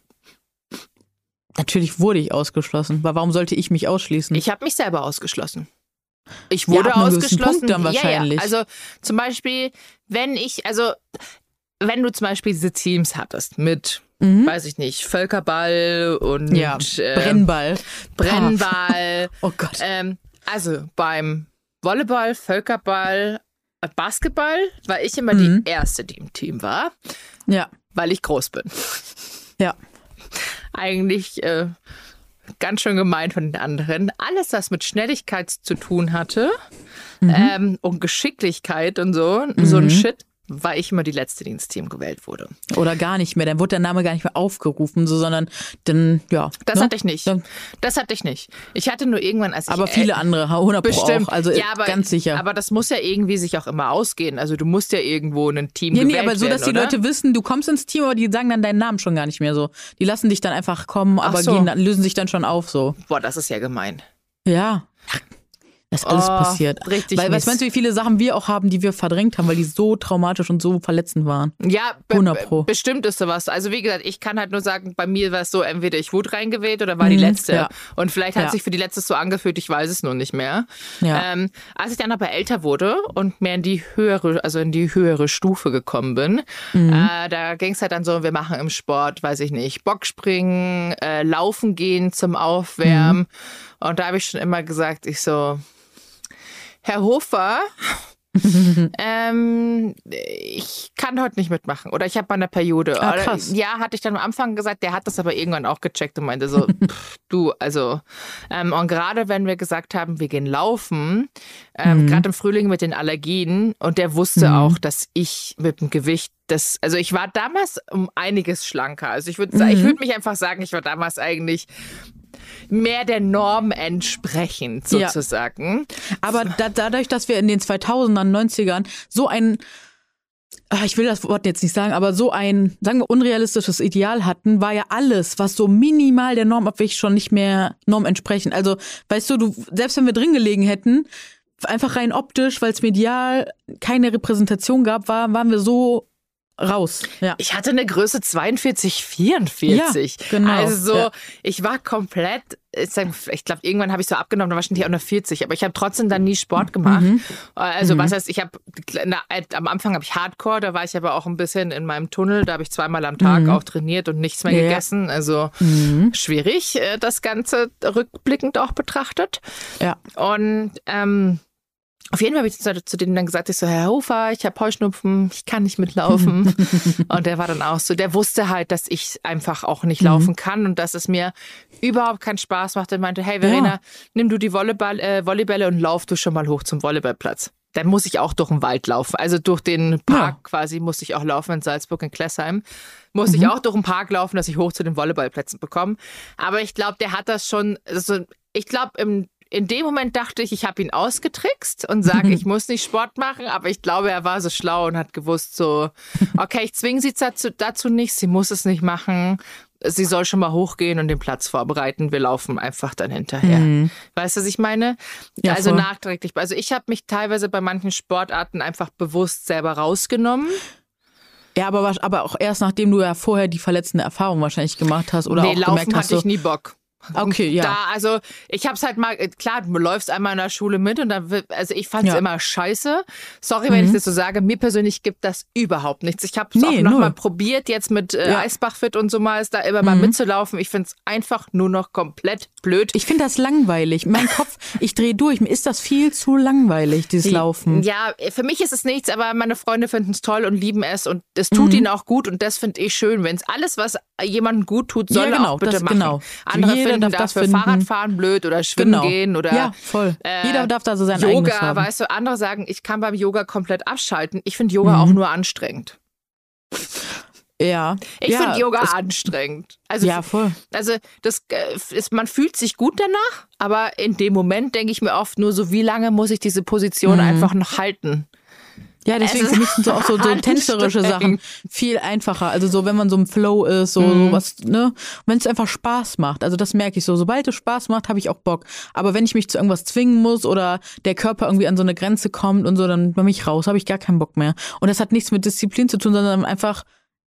Natürlich wurde ich ausgeschlossen, weil warum sollte ich mich ausschließen? Ich habe mich selber ausgeschlossen. Ich wurde ab einem gewissen ausgeschlossen. Punkt dann Ja, ja. wahrscheinlich. Also zum Beispiel, wenn ich, also wenn du zum Beispiel diese Teams hattest mit, Mhm. weiß ich nicht, Völkerball und ja, äh, Brennball. Brennball. Oh Gott. ähm, also beim Volleyball, Völkerball, äh, Basketball war ich immer Mhm. die Erste, die im Team war, Ja, weil ich groß bin. ja. Eigentlich äh, ganz schön gemein von den anderen. Alles, was mit Schnelligkeit zu tun hatte ähm, und Geschicklichkeit und so, so ein Shit, war ich immer die Letzte, die ins Team gewählt wurde. Oder gar nicht mehr. Dann wurde der Name gar nicht mehr aufgerufen, so, sondern dann, ja. Das ne? hatte ich nicht. Dann- Das hatte ich nicht. Ich hatte nur irgendwann, als ich... Aber viele andere, hundert Pro Bestimmt. auch. Also ja, aber, ganz sicher. Aber das muss ja irgendwie sich auch immer ausgehen. Also du musst ja irgendwo in ein Team Ja, nee, gewählt aber so, dass werden, die oder? Leute wissen, du kommst ins Team, aber die sagen dann deinen Namen schon gar nicht mehr so. Die lassen dich dann einfach kommen, aber so. gehen, dann- lösen sich dann schon auf so. Boah, das ist ja gemein. Ja. Das ist alles Oh, passiert. richtig Weil, was mies. meinst du, wie viele Sachen wir auch haben, die wir verdrängt haben, weil die so traumatisch und so verletzend waren? Ja, be hundert Pro. bestimmt ist sowas. Also wie gesagt, ich kann halt nur sagen, bei mir war es so, entweder ich wurde reingewählt oder war die Mhm, Letzte. ja. Und vielleicht hat Ja. sich für die Letzte so angefühlt, ich weiß es nur nicht mehr. Ja. Ähm, als ich dann aber älter wurde und mehr in die höhere, also in die höhere Stufe gekommen bin, Mhm. äh, da ging es halt dann so, wir machen im Sport, weiß ich nicht, Bockspringen, äh, Laufen gehen zum Aufwärmen. Mhm. Und da habe ich schon immer gesagt, ich so, Herr Hofer, ähm, ich kann heute nicht mitmachen. Oder ich habe mal eine Periode. Ah, Oder, krass. ja, hatte ich dann am Anfang gesagt, der hat das aber irgendwann auch gecheckt und meinte so, pff, du, also, ähm, und gerade wenn wir gesagt haben, wir gehen laufen, ähm, Mhm. gerade im Frühling mit den Allergien, und der wusste Mhm. auch, dass ich mit dem Gewicht das, also ich war damals um einiges schlanker. Also ich würde ich Mhm. würde mich einfach sagen, ich war damals eigentlich mehr der Norm entsprechend, Ja. sozusagen. Aber da, dadurch, dass wir in den zweitausendern, neunzigern so ein, ah, ich will das Wort jetzt nicht sagen, aber so ein, sagen wir, unrealistisches Ideal hatten, war ja alles, was so minimal der Norm abwich, schon nicht mehr Norm entsprechend. Also, weißt du, du, selbst wenn wir drin gelegen hätten, einfach rein optisch, weil es medial keine Repräsentation gab, war, waren wir so raus. Ja. Ich hatte eine Größe zweiundvierzig, vierundvierzig. Ja, genau. Also so, Ja. ich war komplett, ich, sag, ich glaube, irgendwann habe ich so abgenommen, da war schon die auch noch vierzig, aber ich habe trotzdem dann nie Sport gemacht. Mhm. Also was heißt, ich habe, am Anfang habe ich Hardcore, da war ich aber auch ein bisschen in meinem Tunnel, da habe ich zweimal am Tag Mhm. auch trainiert und nichts mehr Ja. gegessen. Also Mhm. schwierig, äh, das Ganze rückblickend auch betrachtet. Ja. Und ähm, auf jeden Fall habe ich zu, zu denen dann gesagt, ich so, Herr Hofer, ich habe Heuschnupfen, ich kann nicht mitlaufen. Und der war dann auch so, der wusste halt, dass ich einfach auch nicht Mhm. laufen kann und dass es mir überhaupt keinen Spaß macht. Er meinte, hey Verena, Ja. nimm du die Volleyball, äh, Volleybälle und lauf du schon mal hoch zum Volleyballplatz. Dann muss ich auch durch den Wald laufen. Also durch den Park Ja. quasi musste ich auch laufen in Salzburg in Klessheim. Musste Mhm. ich auch durch den Park laufen, dass ich hoch zu den Volleyballplätzen bekomme. Aber ich glaube, der hat das schon, also ich glaube, im In dem Moment dachte ich, ich habe ihn ausgetrickst und sage, ich muss nicht Sport machen, aber ich glaube, er war so schlau und hat gewusst so, okay, ich zwinge sie dazu, dazu nicht, sie muss es nicht machen, sie soll schon mal hochgehen und den Platz vorbereiten, wir laufen einfach dann hinterher. Mhm. Weißt du, was ich meine? Ja, also voll. nachträglich. Also ich habe mich teilweise bei manchen Sportarten einfach bewusst selber rausgenommen. Ja, aber, was- aber auch erst nachdem du ja vorher die verletzende Erfahrung wahrscheinlich gemacht hast oder nee, auch laufen gemerkt hast, hatte ich so, nie Bock. Okay, ja. Da, also ich hab's halt mal, klar, du läufst einmal in der Schule mit und dann, also ich fand's ja. immer scheiße. Sorry, wenn mhm. ich das so sage. Mir persönlich gibt das überhaupt nichts. Ich hab's nee, auch nochmal probiert, jetzt mit äh, ja. Eisbachfit und so mal, ist da immer mhm. mal mitzulaufen. Ich find's einfach nur noch komplett blöd. Ich finde das langweilig. Mein Kopf, ich drehe durch. Mir ist das viel zu langweilig, dieses Laufen. Ja, für mich ist es nichts, aber meine Freunde finden es toll und lieben es und es tut mhm. ihnen auch gut und das finde ich schön. Wenn es alles, was jemandem gut tut, soll ja, genau, auch bitte das, machen. Genau. Andere Jeder finden darf dafür Fahrradfahren blöd oder schwimmen genau. gehen oder ja, voll. Äh, Jeder darf da so sein Yoga, eigenes haben. Weißt du, andere sagen, ich kann beim Yoga komplett abschalten. Ich finde Yoga mhm. auch nur anstrengend. Ja. Ich ja, finde Yoga anstrengend. Also, ja, voll. Also das ist, man fühlt sich gut danach, aber in dem Moment denke ich mir oft nur so, wie lange muss ich diese Position mhm. einfach noch halten? Ja, deswegen für mich sind so auch so, so tänzerische Sachen viel einfacher. Also so, wenn man so im Flow ist, so, mhm. so was, ne? Wenn es einfach Spaß macht. Also das merke ich so. Sobald es Spaß macht, habe ich auch Bock. Aber wenn ich mich zu irgendwas zwingen muss oder der Körper irgendwie an so eine Grenze kommt und so, dann bin ich raus, habe ich gar keinen Bock mehr. Und das hat nichts mit Disziplin zu tun, sondern einfach,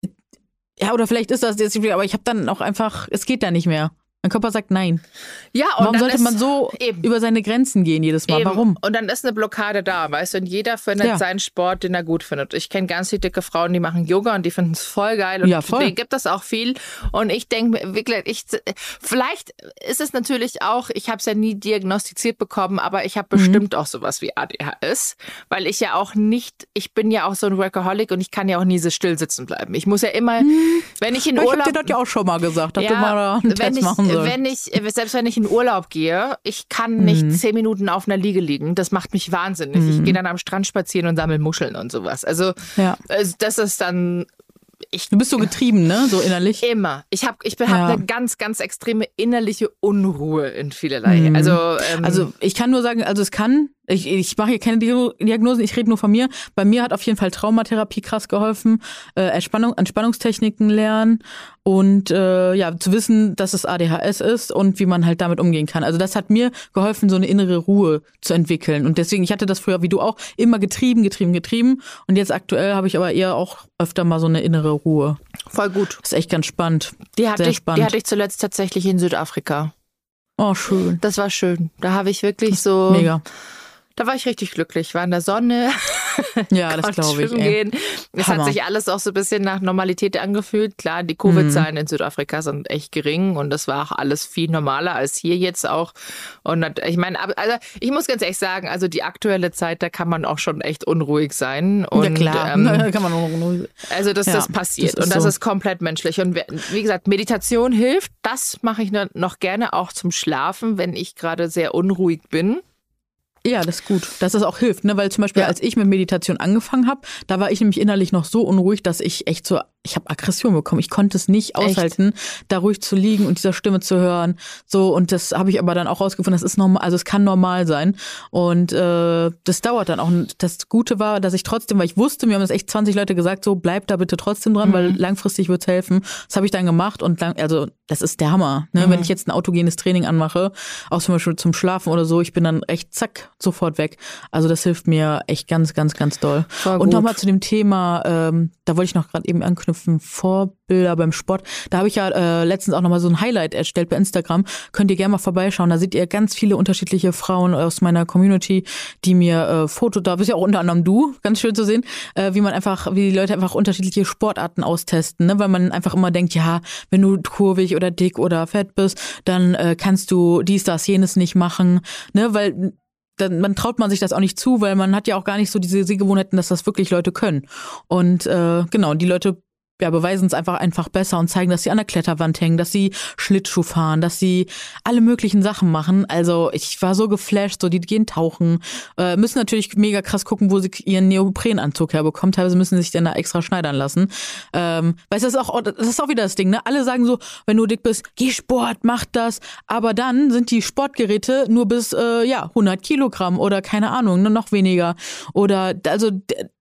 ja, oder vielleicht ist das Disziplin, aber ich habe dann auch einfach, es geht da nicht mehr. Mein Körper sagt nein. Ja, und Warum dann sollte ist, man so eben. über seine Grenzen gehen jedes Mal? Eben. Warum? Und dann ist eine Blockade da, weißt du, und jeder findet ja. seinen Sport, den er gut findet. Ich kenne ganz viele dicke Frauen, die machen Yoga und die finden es voll geil und ja, voll. denen gibt es auch viel. Und ich denke wirklich, ich, vielleicht ist es natürlich auch, ich habe es ja nie diagnostiziert bekommen, aber ich habe mhm. bestimmt auch sowas wie A D H S, weil ich ja auch nicht, ich bin ja auch so ein Workaholic und ich kann ja auch nie so still sitzen bleiben. Ich muss ja immer, mhm. wenn ich in ich Urlaub... Ich habe dir das ja auch schon mal gesagt, dass ja, du mal einen Test ich, machen sollst. Wenn ich selbst wenn ich in Urlaub gehe, ich kann nicht mhm. zehn Minuten auf einer Liege liegen. Das macht mich wahnsinnig. Mhm. Ich gehe dann am Strand spazieren und sammle Muscheln und sowas. Also ja. das ist dann... Ich, du bist so getrieben, ne? So innerlich? Immer. Ich habe ich ja. hab eine ganz, ganz extreme innerliche Unruhe in vielerlei. Mhm. Also, ähm, also ich kann nur sagen, also es kann... Ich, ich mache hier keine Diagnosen, ich rede nur von mir. Bei mir hat auf jeden Fall Traumatherapie krass geholfen, äh, Entspannung, Entspannungstechniken lernen und äh, ja zu wissen, dass es A D H S ist und wie man halt damit umgehen kann. Also das hat mir geholfen, so eine innere Ruhe zu entwickeln. Und deswegen, ich hatte das früher wie du auch immer getrieben, getrieben, getrieben. Und jetzt aktuell habe ich aber eher auch öfter mal so eine innere Ruhe. Voll gut. Das ist echt ganz spannend. Die hatte, Sehr ich, spannend. die hatte ich zuletzt tatsächlich in Südafrika. Oh, schön. Das war schön. Da habe ich wirklich so... Mega. Da war ich richtig glücklich, war in der Sonne. Ja, das glaube ich. Gehen. Es Hammer. Hat sich alles auch so ein bisschen nach Normalität angefühlt. Klar, die Covid-Zahlen mhm. in Südafrika sind echt gering und das war auch alles viel normaler als hier jetzt auch. Und ich meine, also ich muss ganz ehrlich sagen, also die aktuelle Zeit, da kann man auch schon echt unruhig sein. Und, ja klar, ähm, da kann man unruhig. Also dass ja, das passiert das und das so. Ist komplett menschlich. Und wie gesagt, Meditation hilft. Das mache ich noch gerne auch zum Schlafen, wenn ich gerade sehr unruhig bin. Ja, das ist gut, dass das auch hilft, ne? Weil zum Beispiel, ja. als ich mit Meditation angefangen habe, da war ich nämlich innerlich noch so unruhig, dass ich echt so, ich habe Aggression bekommen. Ich konnte es nicht aushalten, echt? Da ruhig zu liegen und dieser Stimme zu hören. So, und das habe ich aber dann auch rausgefunden, das ist normal, also es kann normal sein. Und äh, das dauert dann auch. Das Gute war, dass ich trotzdem, weil ich wusste, mir haben das echt zwanzig Leute gesagt, so bleib da bitte trotzdem dran, mhm. weil langfristig wird's helfen. Das habe ich dann gemacht und lang, also das ist der Hammer. Ne? Mhm. Wenn ich jetzt ein autogenes Training anmache, auch zum Beispiel zum Schlafen oder so, ich bin dann echt zack, sofort weg. Also das hilft mir echt ganz, ganz, ganz doll. Und nochmal zu dem Thema, ähm, da wollte ich noch gerade eben anknüpfen, Vorbilder beim Sport. Da habe ich ja äh, letztens auch nochmal so ein Highlight erstellt bei Instagram. Könnt ihr gerne mal vorbeischauen. Da seht ihr ganz viele unterschiedliche Frauen aus meiner Community, die mir äh, Foto, da bist ja auch unter anderem du, ganz schön zu sehen, äh, wie man einfach, wie die Leute einfach unterschiedliche Sportarten austesten, ne? Weil man einfach immer denkt, ja, wenn du kurvig oder dick oder fett bist, dann äh, kannst du dies, das, jenes nicht machen, ne? Weil dann man traut man sich das auch nicht zu, weil man hat ja auch gar nicht so diese Sehgewohnheiten, dass das wirklich Leute können. Und äh, genau, die Leute ja, beweisen es einfach einfach besser und zeigen, dass sie an der Kletterwand hängen, dass sie Schlittschuh fahren, dass sie alle möglichen Sachen machen. Also ich war so geflasht, so die gehen tauchen, äh, müssen natürlich mega krass gucken, wo sie ihren Neoprenanzug herbekommen. Teilweise müssen sie sich dann da extra schneidern lassen. Ähm, weißt du, das ist auch das ist auch wieder das Ding, ne? Alle sagen so, wenn du dick bist, geh Sport, mach das. Aber dann sind die Sportgeräte nur bis äh, ja hundert Kilogramm oder keine Ahnung, ne, noch weniger. Oder also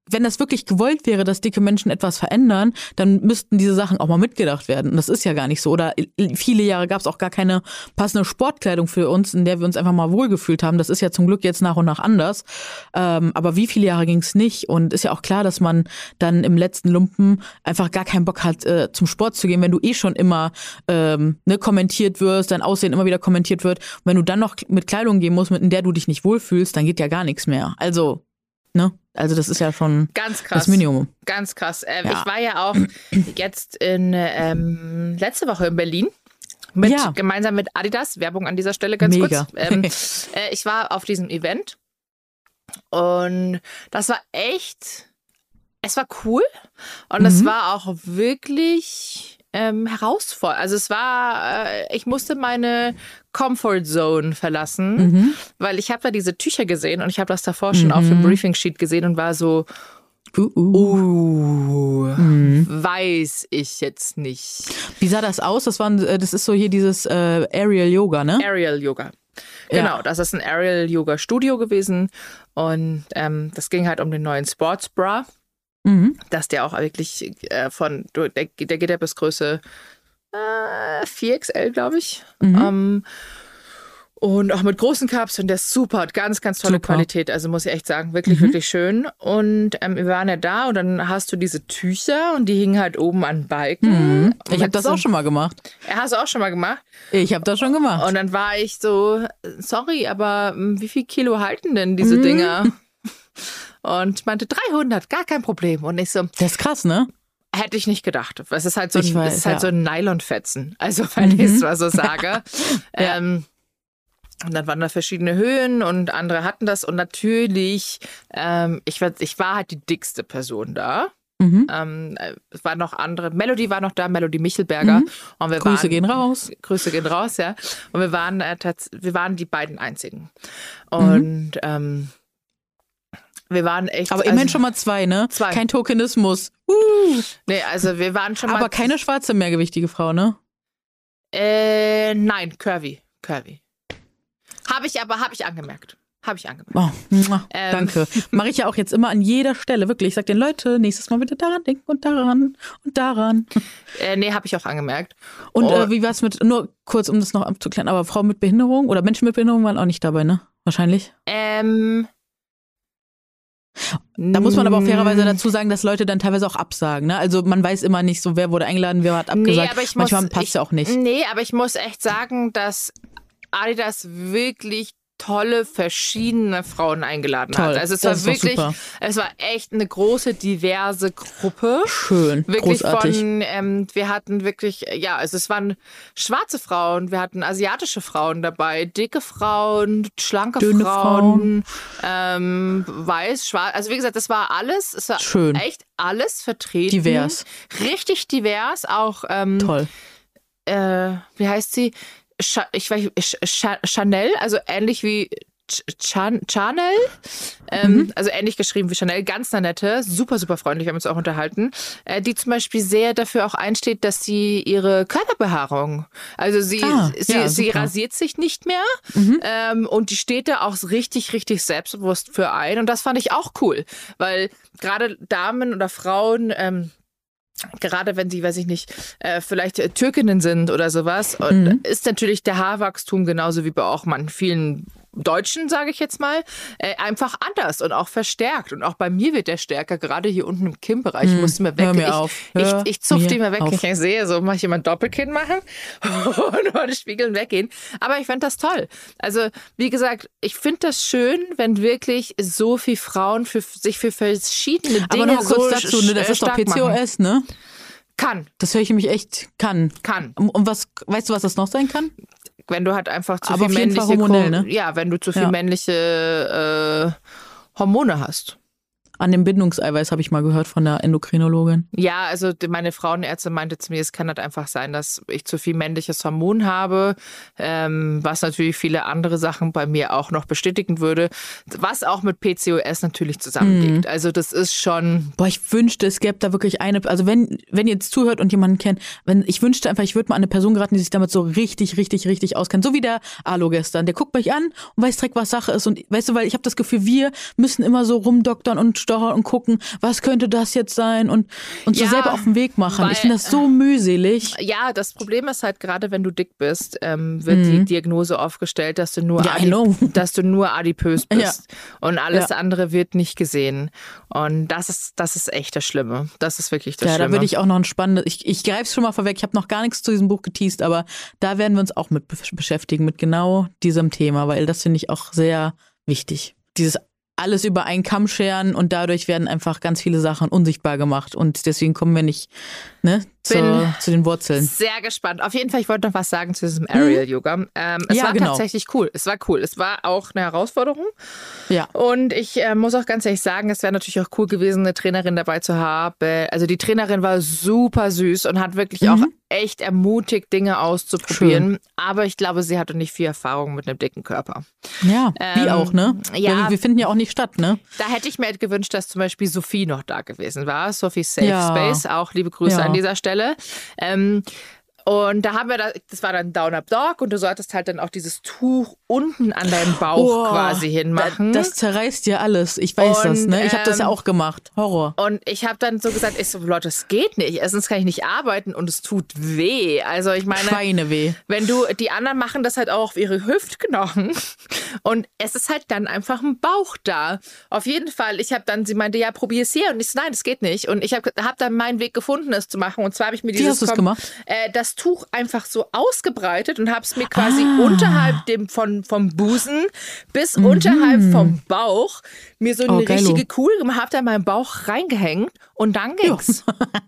wenn das wirklich gewollt wäre, dass dicke Menschen etwas verändern, dann müssten diese Sachen auch mal mitgedacht werden. Und das ist ja gar nicht so. Oder viele Jahre gab es auch gar keine passende Sportkleidung für uns, in der wir uns einfach mal wohlgefühlt haben. Das ist ja zum Glück jetzt nach und nach anders. Ähm, aber wie viele Jahre ging es nicht? Und ist ja auch klar, dass man dann im letzten Lumpen einfach gar keinen Bock hat, äh, zum Sport zu gehen, wenn du eh schon immer ähm, ne, kommentiert wirst, dein Aussehen immer wieder kommentiert wird. Und wenn du dann noch mit Kleidung gehen musst, in der du dich nicht wohlfühlst, dann geht ja gar nichts mehr. Also, ne? Also das ist ja schon ganz krass. Das Minimum. Ganz krass. Ähm, ja. Ich war ja auch jetzt in ähm, letzte Woche in Berlin. Mit, ja. Gemeinsam mit Adidas. Werbung an dieser Stelle ganz Mega. kurz. Ähm, äh, ich war auf diesem Event und das war echt, es war cool und es mhm. war auch wirklich ähm, herausfordernd. Also es war, äh, ich musste meine Comfort Zone verlassen, mhm. weil ich habe da diese Tücher gesehen und ich habe das davor schon mhm. auf dem Briefing Sheet gesehen und war so, uh, uh. uh mhm. weiß ich jetzt nicht. Wie sah das aus? Das, waren, das ist so hier dieses äh, Aerial Yoga, ne? Aerial Yoga. Genau, ja. Das ist ein Aerial Yoga Studio gewesen und ähm, das ging halt um den neuen Sports Bra. Mhm. Dass der auch wirklich äh, von, der, der geht ja bis Größe äh, vier X L, glaube ich. Mhm. Ähm, und auch mit großen Cups und der ist super, hat ganz, ganz tolle super. Qualität. Also muss ich echt sagen, wirklich, mhm. wirklich schön. Und ähm, wir waren ja da und dann hast du diese Tücher und die hingen halt oben an Balken. Mhm. Ich habe das auch schon mal gemacht. Er hast du auch schon mal gemacht? Ich habe das schon gemacht. Und dann war ich so, sorry, aber wie viel Kilo halten denn diese mhm. Dinger? Und meinte dreihundert, gar kein Problem. Und ich so, das ist krass, ne? Hätte ich nicht gedacht. Es ist halt so ein, weiß, es ist halt ja. so ein Nylonfetzen. Also, wenn mhm. ich es mal so sage. ja. ähm, und dann waren da verschiedene Höhen und andere hatten das. Und natürlich, ähm, ich, war, ich war halt die dickste Person da. Mhm. Ähm, es waren noch andere. Melody war noch da, Melody Michelberger. Mhm. Und wir Grüße waren, gehen raus. Grüße gehen raus, ja. Und wir waren, äh, tats- wir waren die beiden einzigen. Und mhm. ähm, wir waren echt. Aber immerhin also, schon mal zwei, ne? Zwei. Kein Tokenismus. Uh. Nee, also wir waren schon mal. Aber keine schwarze, mehrgewichtige Frau, ne? Äh, nein, curvy. Curvy. Habe ich aber, habe ich angemerkt. Habe ich angemerkt. Oh, ähm. Danke. Mache ich ja auch jetzt immer an jeder Stelle. Wirklich. Ich sag den Leuten, nächstes Mal bitte daran denken und daran und daran. Äh, nee, habe ich auch angemerkt. Und oh. äh, wie war es mit, nur kurz, um das noch abzuklären, aber Frauen mit Behinderung oder Menschen mit Behinderung waren auch nicht dabei, ne? Wahrscheinlich. Ähm. Da muss man aber auch fairerweise dazu sagen, dass Leute dann teilweise auch absagen. Ne? Also man weiß immer nicht so, wer wurde eingeladen, wer hat abgesagt. Nee, aber ich Manchmal muss, passt ja auch nicht. Nee, aber ich muss echt sagen, dass Adidas wirklich tolle, verschiedene Frauen eingeladen Toll. hat. Also es das war wirklich, super. Es war echt eine große, diverse Gruppe. Schön, wirklich großartig. Von, ähm, wir hatten wirklich, ja, also es waren schwarze Frauen, wir hatten asiatische Frauen dabei, dicke Frauen, schlanke Dünne Frauen, Frauen. Ähm, weiß, schwarz. Also wie gesagt, das war alles, es war Schön. echt alles vertreten. Divers. Richtig divers, auch ähm, toll. Äh, wie heißt sie? Ich weiß, Chanel, also ähnlich wie Chan- Chanel, ähm, mhm. also ähnlich geschrieben wie Chanel, ganz eine nette, super, super freundlich, wir haben uns auch unterhalten, äh, die zum Beispiel sehr dafür auch einsteht, dass sie ihre Körperbehaarung, also sie, ah, sie, ja, sie rasiert sich nicht mehr mhm. ähm, und die steht da auch richtig, richtig selbstbewusst für ein und das fand ich auch cool, weil gerade Damen oder Frauen, ähm, gerade wenn sie, weiß ich nicht, äh, vielleicht äh, Türkinnen sind oder sowas, und mhm. ist natürlich der Haarwachstum genauso wie bei auch man vielen Deutschen, sage ich jetzt mal, äh, einfach anders und auch verstärkt. Und auch bei mir wird der stärker, gerade hier unten im Kinnbereich. Ich musste mir weg. Hör mir ich, auf. ich, Hör ich, ich zupf die mal weg. Auf. Ich sehe, so mache ich immer ein Doppelkinn machen und vor den Spiegeln weggehen. Aber ich fand das toll. Also, wie gesagt, ich finde das schön, wenn wirklich so viele Frauen für, sich für verschiedene Dinge Aber noch kurz so dazu, ne, das ist doch P C O S, ne? Kann. Das höre ich mich echt, kann. Kann. Und was, weißt du, was das noch sein kann? Wenn du halt einfach zu Aber viel auf jeden männliche Fall hormonell, ne? Ja, wenn du zu viel ja. männliche äh, Hormone hast. An dem Bindungseiweiß habe ich mal gehört von der Endokrinologin. Ja, also meine Frauenärztin meinte zu mir, es kann halt einfach sein, dass ich zu viel männliches Hormon habe, ähm, was natürlich viele andere Sachen bei mir auch noch bestätigen würde, was auch mit P C O S natürlich zusammenliegt. Mhm. Also das ist schon... Boah, ich wünschte, es gäbe da wirklich eine, also wenn wenn ihr jetzt zuhört und jemanden kennt, wenn ich wünschte einfach, ich würde mal an eine Person geraten, die sich damit so richtig, richtig, richtig auskennt. So wie der Alo gestern. Der guckt mich an und weiß direkt, was Sache ist. Und weißt du, weil ich habe das Gefühl, wir müssen immer so rumdoktern und rumstochern und gucken, was könnte das jetzt sein und uns Ja, so selber auf den Weg machen. weil- Ich finde das so mühselig. Ja, das Problem ist halt gerade, wenn du dick bist, ähm, wird die Diagnose aufgestellt, dass du nur, Mhm. Ja, I adip- know. dass du nur adipös bist und alles Ja. andere wird nicht gesehen. Und das ist, das ist echt das Schlimme. Das ist wirklich das Ja, Schlimme. da würde ich auch noch ein spannendes, ich, ich greife es schon mal vorweg, ich habe noch gar nichts zu diesem Buch geteast, aber da werden wir uns auch mit be- beschäftigen, mit genau diesem Thema, weil das finde ich auch sehr wichtig. Dieses alles über einen Kamm scheren und dadurch werden einfach ganz viele Sachen unsichtbar gemacht und deswegen kommen wir nicht ne, Bin zur, zu den Wurzeln. Sehr gespannt. Auf jeden Fall, ich wollte noch was sagen zu diesem Aerial-Yoga. Ähm, es Ja, war genau. tatsächlich cool. Es war cool. Es war auch eine Herausforderung. Ja. Und ich äh, muss auch ganz ehrlich sagen, es wäre natürlich auch cool gewesen, eine Trainerin dabei zu haben. Also die Trainerin war super süß und hat wirklich Mhm. auch echt ermutigt, Dinge auszuprobieren. Aber ich glaube, sie hatte nicht viel Erfahrung mit einem dicken Körper. Ja, wie Ähm, auch, ne? ja. Weil wir finden ja auch nicht statt, ne? Da hätte ich mir halt gewünscht, dass zum Beispiel Sophie noch da gewesen war. Sophie Safe Ja. Space, auch liebe Grüße Ja. an dieser Stelle. Ähm, und da haben wir, da, das war dann Down Up Dog und du solltest halt dann auch dieses Tuch unten an deinen Bauch Oh, quasi hinmachen. Das zerreißt dir alles. Ich weiß das, Und, ne? Ich habe das ja ähm, auch gemacht. Horror. Und ich habe dann so gesagt, ich so, Leute, es geht nicht. Erstens kann ich nicht arbeiten und es tut weh. Also ich meine, Schweineweh. wenn du, die anderen machen das halt auch auf ihre Hüftknochen und es ist halt dann einfach ein Bauch da. Auf jeden Fall, ich habe dann, sie meinte, ja, probier es hier. Und ich so, nein, das geht nicht. Und ich habe hab dann meinen Weg gefunden, es zu machen. Und zwar habe ich mir Wie dieses hast du's kom- gemacht? Äh, das Tuch einfach so ausgebreitet und habe es mir quasi Ah. unterhalb dem von, vom Busen bis unterhalb vom Bauch mir so eine Mhm. Oh, geilo. richtige Kugel gemacht, habe da meinen Bauch reingehängt und dann ging's.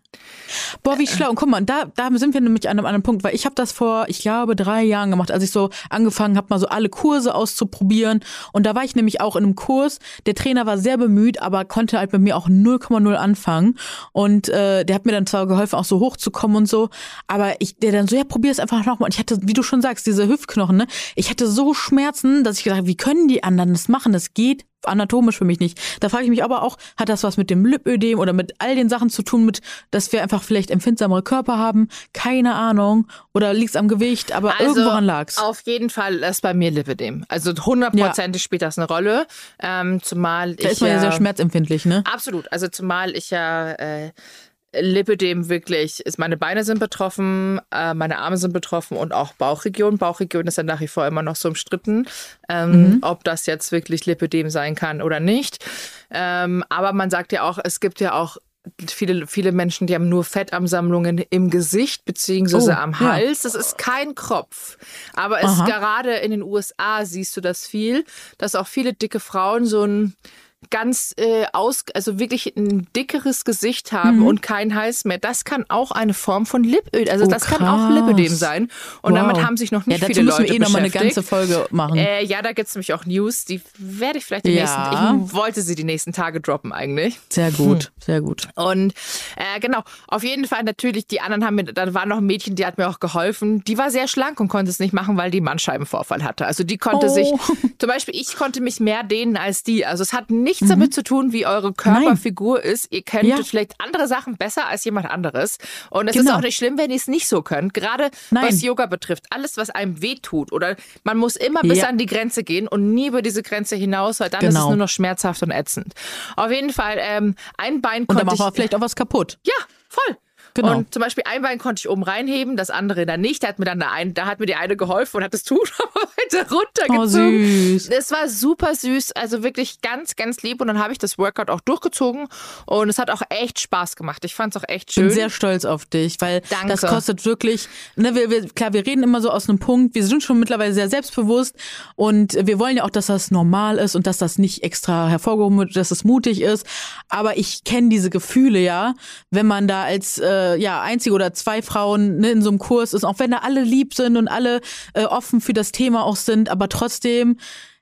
Boah, wie schlau. Und guck mal, da, da sind wir nämlich an einem anderen Punkt, weil ich habe das vor, ich glaube, drei Jahren gemacht, als ich so angefangen habe, mal so alle Kurse auszuprobieren. Und da war ich nämlich auch in einem Kurs. Der Trainer war sehr bemüht, aber konnte halt mit mir auch null Komma null anfangen. Und äh, der hat mir dann zwar geholfen, auch so hochzukommen und so. Aber ich, der dann so, ja, probier es einfach nochmal. Und ich hatte, wie du schon sagst, diese Hüftknochen, ne? Ich hatte so Schmerzen, dass ich gedacht habe, wie können die anderen das machen? Das geht anatomisch für mich nicht. Da frage ich mich aber auch, hat das was mit dem Lipödem oder mit all den Sachen zu tun, mit, dass wir einfach vielleicht empfindsamere Körper haben? Keine Ahnung. Oder liegt's am Gewicht? Aber Also, irgendworan lag's. Auf jeden Fall ist bei mir Lipödem. Also hundertprozentig spielt das eine Rolle. Ähm, zumal Da ich ist man ja sehr schmerzempfindlich, ne? Absolut. Also zumal ich ja äh, Lipödem wirklich ist. Meine Beine sind betroffen, äh, meine Arme sind betroffen und auch Bauchregion. Bauchregion ist ja nach wie vor immer noch so umstritten, ähm, Mhm. ob das jetzt wirklich Lipödem sein kann oder nicht. Ähm, aber man sagt ja auch, es gibt ja auch Viele, viele Menschen, die haben nur Fettansammlungen im Gesicht beziehungsweise Oh, am ja. Hals. Das ist kein Kropf. Aber es Aha. gerade in den U S A siehst du das viel, dass auch viele dicke Frauen so ein ganz äh, aus, also wirklich ein dickeres Gesicht haben Mhm. und kein Hals mehr. Das kann auch eine Form von Lipödem, also Oh, das kann auch krass. Lipödem sein. Und Wow. damit haben sich noch nicht ja, dazu viele müssen Leute wir eh nochmal eine beschäftigt. ganze Folge machen. Äh, ja, da gibt's nämlich auch News, die werde ich vielleicht die Ja. nächsten, ich wollte sie die nächsten Tage droppen eigentlich. Sehr gut, sehr gut. Und äh, genau, auf jeden Fall natürlich, die anderen haben mir, da war noch ein Mädchen, die hat mir auch geholfen. Die war sehr schlank und konnte es nicht machen, weil die einen Bandscheibenvorfall hatte. Also die konnte Oh. sich, zum Beispiel ich konnte mich mehr dehnen als die. Also es hat nichts damit zu tun, wie eure Körperfigur ist. Ihr könnt Ja. vielleicht andere Sachen besser als jemand anderes. Und es Genau. ist auch nicht schlimm, wenn ihr es nicht so könnt. Gerade Nein. was Yoga betrifft. Alles, was einem wehtut. Oder man muss immer bis Ja. an die Grenze gehen und nie über diese Grenze hinaus, weil dann ist es Genau. nur noch schmerzhaft und ätzend. Auf jeden Fall, ähm, ein Bein Und konnte dann machen wir ich... vielleicht auch was kaputt. Ja, voll. Genau. Und zum Beispiel ein Bein konnte ich oben reinheben, das andere dann nicht. Da hat mir dann eine, ein- da hat mir die eine geholfen und hat das Tuch noch weiter runtergezogen. Oh, süß. Es war super süß, also wirklich ganz, ganz lieb. Und dann habe ich das Workout auch durchgezogen und es hat auch echt Spaß gemacht. Ich fand es auch echt Ich schön. bin sehr stolz auf dich, weil Danke. das kostet wirklich, ne, wir, wir, klar, wir reden immer so aus einem Punkt, wir sind schon mittlerweile sehr selbstbewusst und wir wollen ja auch, dass das normal ist und dass das nicht extra hervorgehoben wird, dass es mutig ist, aber ich kenne diese Gefühle, ja, wenn man da als äh, ja einzige oder zwei Frauen ne, in so einem Kurs ist, auch wenn da alle lieb sind und alle äh, offen für das Thema auch sind, aber trotzdem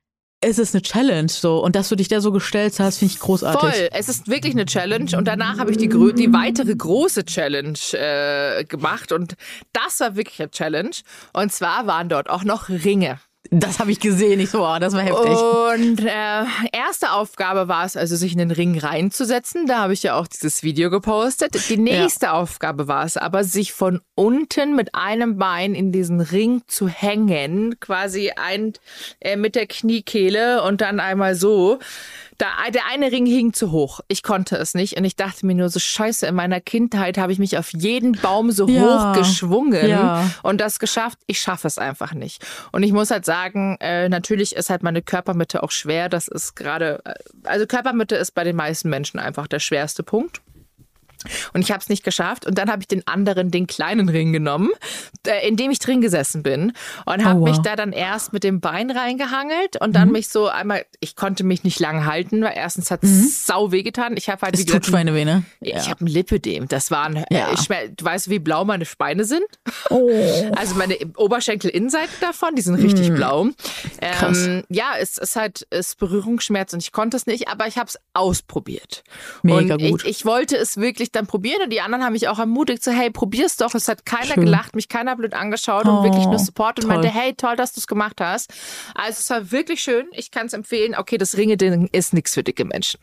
ist es eine Challenge so und dass du dich da so gestellt hast, finde ich großartig. Voll, es ist wirklich eine Challenge und danach habe ich die, grö- die weitere große Challenge äh, gemacht und das war wirklich eine Challenge und zwar waren dort auch noch Ringe. Das habe ich gesehen, ich so, oh, das war heftig. Und äh, erste Aufgabe war es also, sich in den Ring reinzusetzen. Da habe ich ja auch dieses Video gepostet. Die nächste Aufgabe war es aber, sich von unten mit einem Bein in diesen Ring zu hängen. Quasi ein äh, mit der Kniekehle und dann einmal so. Da, der eine Ring hing zu hoch. Ich konnte es nicht. Und ich dachte mir nur so, scheiße, in meiner Kindheit habe ich mich auf jeden Baum so Ja. hoch geschwungen Ja. und das geschafft. Ich schaffe es einfach nicht. Und ich muss halt sagen, äh, natürlich ist halt meine Körpermitte auch schwer. Das ist gerade, also Körpermitte ist bei den meisten Menschen einfach der schwerste Punkt. Und ich habe es nicht geschafft. Und dann habe ich den anderen, den kleinen Ring genommen, in dem ich drin gesessen bin. Und habe Oh, wow. mich da dann erst mit dem Bein reingehangelt und dann Mhm. mich so einmal, ich konnte mich nicht lang halten, weil erstens hat es Mhm. sau wehgetan. Ich habe halt, Es wie tut gesagt, Schweineweh, ne? ich Ja. habe ein Lipödem. Das war ein, Ja. äh, Schmer- du weißt, wie blau meine Beine sind? Oh. Also meine Oberschenkelinnenseiten davon, die sind richtig Mm. blau. Krass. Ähm, ja, es ist halt es ist Berührungsschmerz und ich konnte es nicht, aber ich habe es ausprobiert. Mega und gut. Ich, ich wollte es wirklich dann probieren und die anderen haben mich auch ermutigt, so hey, probier's doch. Es hat keiner Schön. gelacht, mich keiner blöd angeschaut Oh, und wirklich nur Support und toll. meinte, hey, toll, dass du es gemacht hast. Also es war wirklich schön. Ich kann es empfehlen. Okay, das Ringe-Ding ist nichts für dicke Menschen.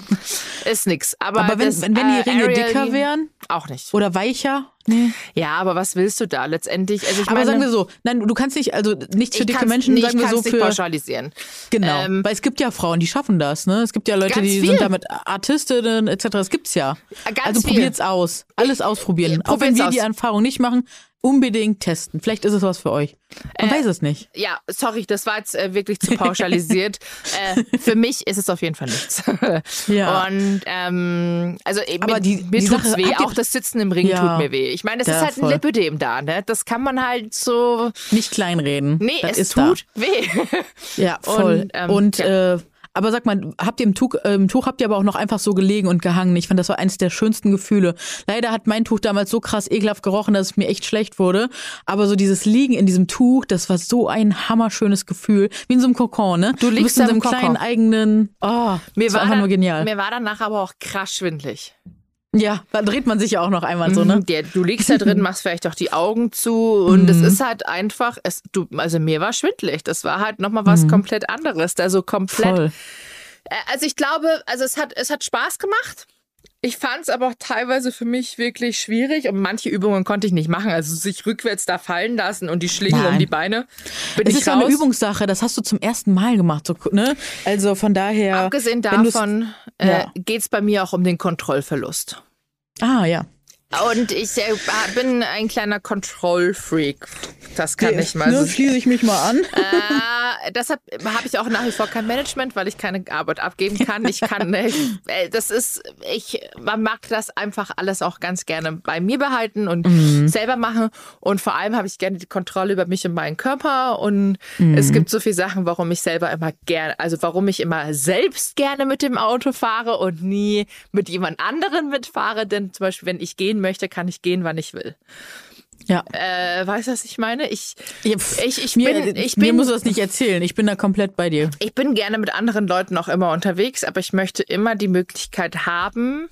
ist nix. Aber, Aber wenn, das, wenn, wenn die äh, Ringe Ariel- dicker wären auch nicht. oder weicher? Nee. Ja, aber was willst du da letztendlich? Also ich Aber meine, sagen wir so, nein, du kannst nicht, also nicht für ich dicke kann's- Menschen, nee, sagen wir ich so kann's nicht für. pauschalisieren. Genau. Ähm, Weil es gibt ja Frauen, die schaffen das, ne? Es gibt ja Leute, Ganz die viel. sind damit Artistinnen et cetera. Das gibt's ja. Ganz also viel. probiert's aus. Alles ausprobieren. Ja, Auch wenn probiert's wir aus. die Erfahrung nicht machen, unbedingt testen. Vielleicht ist es was für euch. Man Äh, weiß es nicht. Ja, sorry, das war jetzt äh, wirklich zu pauschalisiert. äh, für mich ist es auf jeden Fall nichts. Ja. Und ähm, also äh, Aber mir, die- mir die tut's Sache- weh. habt ihr- Auch das Sitzen im Ring Ja. tut mir weh. Ich meine, es Ja, ist halt ein voll. Lipödem da, ne? Das kann man halt so. Nicht kleinreden. Nee, das es ist tut weh. Da. Ja, voll. Und, ähm, Und ja. äh, aber sag mal, habt ihr im Tuch, äh, im Tuch habt ihr aber auch noch einfach so gelegen und gehangen. Ich fand, das war eines der schönsten Gefühle. Leider hat mein Tuch damals so krass ekelhaft gerochen, dass es mir echt schlecht wurde. Aber so dieses Liegen in diesem Tuch, das war so ein hammerschönes Gefühl. Wie in so einem Kokon, ne? Du liegst bist in da so im einem kleinen Kokon. eigenen, oh, Mir das war war, einfach dann, nur genial. mir war danach aber auch krass schwindelig. Ja, da dreht man sich ja auch noch einmal so, ne? Mhm, der, du liegst da drin, machst vielleicht auch die Augen zu und es ist halt einfach, es, du, also mir war schwindelig. Das war halt nochmal was komplett anderes. Also komplett. Voll. Äh, Also ich glaube, also es hat, es hat Spaß gemacht. Ich fand es aber auch teilweise für mich wirklich schwierig und manche Übungen konnte ich nicht machen. Also sich rückwärts da fallen lassen und die Schlingel Nein. um die Beine. Bin Es ich ist ja raus. eine Übungssache, das hast du zum ersten Mal gemacht, so, ne? Also von daher. Abgesehen wenn du's- davon äh, Ja. geht es bei mir auch um den Kontrollverlust. Ah, ja. Und ich äh, bin ein kleiner Control-Freak. Das kann ich mal ne, so schließe ich mich mal an. Äh, deshalb habe ich auch nach wie vor kein Management, weil ich keine Arbeit abgeben kann. Ich kann, äh, das ist, ich man mag das einfach alles auch ganz gerne bei mir behalten und Mhm. selber machen. Und vor allem habe ich gerne die Kontrolle über mich und meinen Körper. Und es gibt so viele Sachen, warum ich selber immer gerne, also warum ich immer selbst gerne mit dem Auto fahre und nie mit jemand anderen mitfahre. Denn zum Beispiel, wenn ich gehen möchte, kann ich gehen, wann ich will. Ja. Äh, weißt du, was ich meine? Ich, Ja, pff, ich, ich mir, bin, ich mir bin, musst du das nicht erzählen. Ich bin da komplett bei dir. ich bin gerne mit anderen Leuten auch immer unterwegs, aber ich möchte immer die Möglichkeit haben,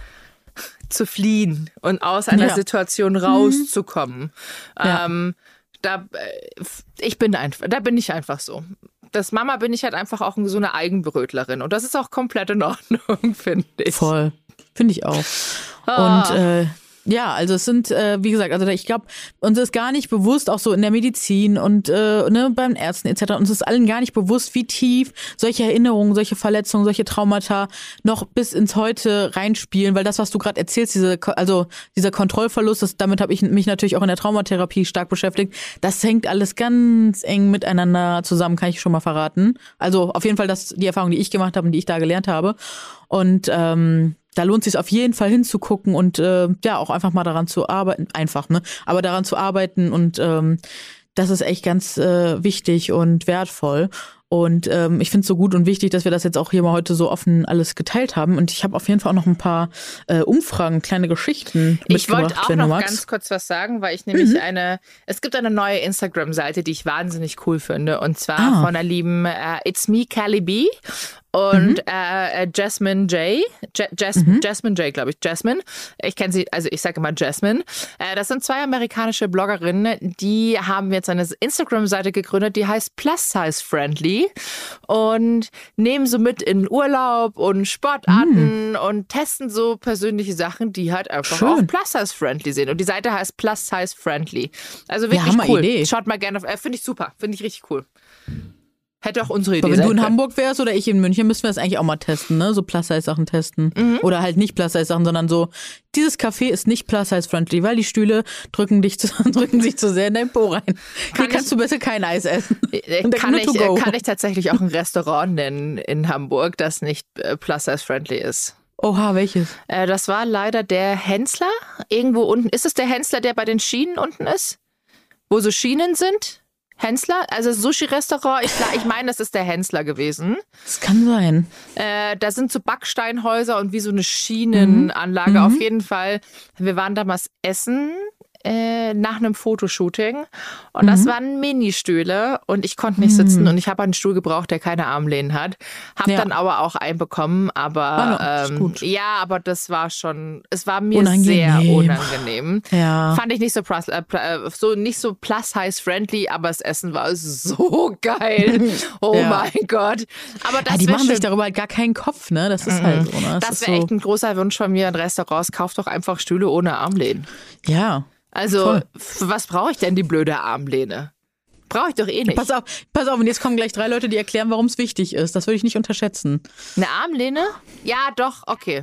zu fliehen und aus einer Ja. Situation rauszukommen. Ja. Ähm, da, äh, ich bin einfach, da bin ich einfach so. Das Mama bin ich halt einfach auch so eine Eigenbrötlerin und das ist auch komplett in Ordnung, finde ich. Voll. Finde ich auch. Ah. Und äh, ja, also es sind, äh, wie gesagt, also ich glaube, uns ist gar nicht bewusst, auch so in der Medizin und äh, ne, beim Ärzten et cetera, uns ist allen gar nicht bewusst, wie tief solche Erinnerungen, solche Verletzungen, solche Traumata noch bis ins Heute reinspielen, weil das, was du gerade erzählst, diese, also dieser Kontrollverlust, das, damit habe ich mich natürlich auch in der Traumatherapie stark beschäftigt, das hängt alles ganz eng miteinander zusammen, kann ich schon mal verraten. Also auf jeden Fall das, die Erfahrung, die ich gemacht habe und die ich da gelernt habe. Und ähm, da lohnt es sich auf jeden Fall hinzugucken und äh, ja, auch einfach mal daran zu arbeiten, einfach, ne? Aber daran zu arbeiten und ähm, das ist echt ganz äh, wichtig und wertvoll. Und ähm, ich finde es so gut und wichtig, dass wir das jetzt auch hier mal heute so offen alles geteilt haben. Und ich habe auf jeden Fall auch noch ein paar äh, Umfragen, kleine Geschichten Ich wollte mitgebracht, auch wenn noch du magst. ganz kurz was sagen, weil ich nämlich eine, es gibt eine neue Instagram-Seite, die ich wahnsinnig cool finde. Und zwar Ah. von der lieben äh, It's Me, Callie B. Und Mhm. äh, Jasmine J. J Jas Mhm. Jasmine J, glaube ich. Jasmine. Ich kenne sie, also ich sage immer Jasmine. Äh, das sind zwei amerikanische Bloggerinnen, die haben jetzt eine Instagram-Seite gegründet, die heißt Plus Size Friendly. Und nehmen so mit in Urlaub und Sportarten und testen so persönliche Sachen, die halt einfach Schön. auch Plus Size Friendly sind. Und die Seite heißt Plus Size Friendly. Also wirklich Hammer cool. Idee. Schaut mal gerne auf, äh, finde ich super. Finde ich richtig cool. Hätte auch unsere Idee Aber wenn sein du in können. Hamburg wärst oder ich in München, müssten wir das eigentlich auch mal testen, ne? So Plus-Size-Sachen testen. Mhm. Oder halt nicht Plus-Size-Sachen, sondern so, dieses Café ist nicht Plus-Size-friendly, weil die Stühle drücken dich zu, drücken sich zu sehr in dein Po rein. Kann Hier kannst ich, du besser kein Eis essen. Kann ich, kann ich tatsächlich auch ein Restaurant nennen in Hamburg, das nicht äh, Plus-Size-friendly ist. Oha, welches? Äh, das war leider der Hensler. Irgendwo unten. Ist es der Hensler, der bei den Schienen unten ist? Wo so Schienen sind? Hensler, also Sushi-Restaurant, ich, ich meine, das ist der Hensler gewesen. Das kann sein. Äh, da sind so Backsteinhäuser und wie so eine Schienenanlage. Mhm. Auf jeden Fall, wir waren damals essen äh, nach einem Fotoshooting und mhm. das waren Ministühle und ich konnte nicht sitzen mhm. und ich habe einen Stuhl gebraucht, der keine Armlehnen hat. Habe ja. dann aber auch einen bekommen, aber oh no, ähm, gut. ja, aber das war schon, es war mir unangenehm. sehr unangenehm. Ja. Fand ich nicht so plus, äh, so nicht so plus-size-friendly, aber das Essen war so geil. Oh ja. mein Gott. Aber das ja, die machen schön. sich darüber halt gar keinen Kopf, ne? Das ist mhm. halt so. Ne? Das, das wäre so echt ein großer Wunsch von mir in Restaurants. Kauft doch einfach Stühle ohne Armlehnen. Ja. Also, voll. Für was brauche ich denn die blöde Armlehne? Brauche ich doch eh nicht. Pass auf, pass auf, und jetzt kommen gleich drei Leute, die erklären, warum es wichtig ist. Das würde ich nicht unterschätzen. Eine Armlehne? Ja, doch, okay.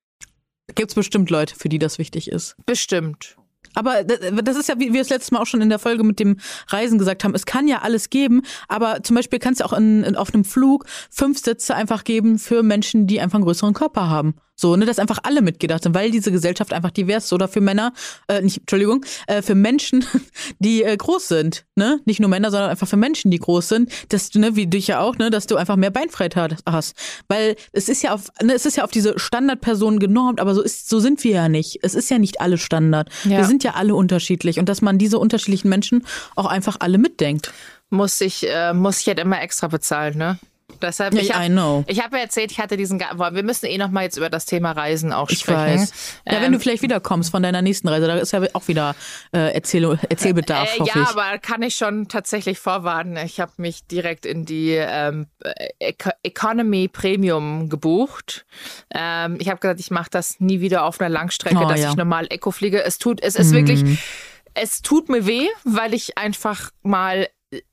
Gibt es bestimmt Leute, für die das wichtig ist. Bestimmt. Aber das ist ja, wie wir es letztes Mal auch schon in der Folge mit dem Reisen gesagt haben, es kann ja alles geben, aber zum Beispiel kann es ja auch in, in, auf einem Flug fünf Sitze einfach geben für Menschen, die einfach einen größeren Körper haben. So, ne, dass einfach alle mitgedacht sind, weil diese Gesellschaft einfach divers ist. Oder für Männer, äh, nicht, Entschuldigung, äh, für Menschen, die äh, groß sind, ne? Nicht nur Männer, sondern einfach für Menschen, die groß sind, dass du, ne, wie dich ja auch, ne, dass du einfach mehr Beinfreiheit hast. Weil es ist ja auf, ne, es ist ja auf diese Standardpersonen genormt, aber so ist, so sind wir ja nicht. Es ist ja nicht alle Standard. Ja. Wir sind ja alle unterschiedlich und dass man diese unterschiedlichen Menschen auch einfach alle mitdenkt. Muss ich, äh, muss ich halt immer extra bezahlen, ne? Deshalb, ich habe hab ja erzählt, ich hatte diesen, wir müssen eh noch mal jetzt über das Thema Reisen auch ich sprechen. Weiß. Ja, ähm, wenn du vielleicht wiederkommst von deiner nächsten Reise, da ist ja auch wieder äh, Erzähl, Erzählbedarf, äh, hoffe ja, ich. aber kann ich schon tatsächlich vorwarnen. Ich habe mich direkt in die ähm, Economy Premium gebucht. Ähm, ich habe gesagt, ich mache das nie wieder auf einer Langstrecke, oh, dass ja. ich normal Eco fliege. Es tut, es ist mm. wirklich, es tut mir weh, weil ich einfach mal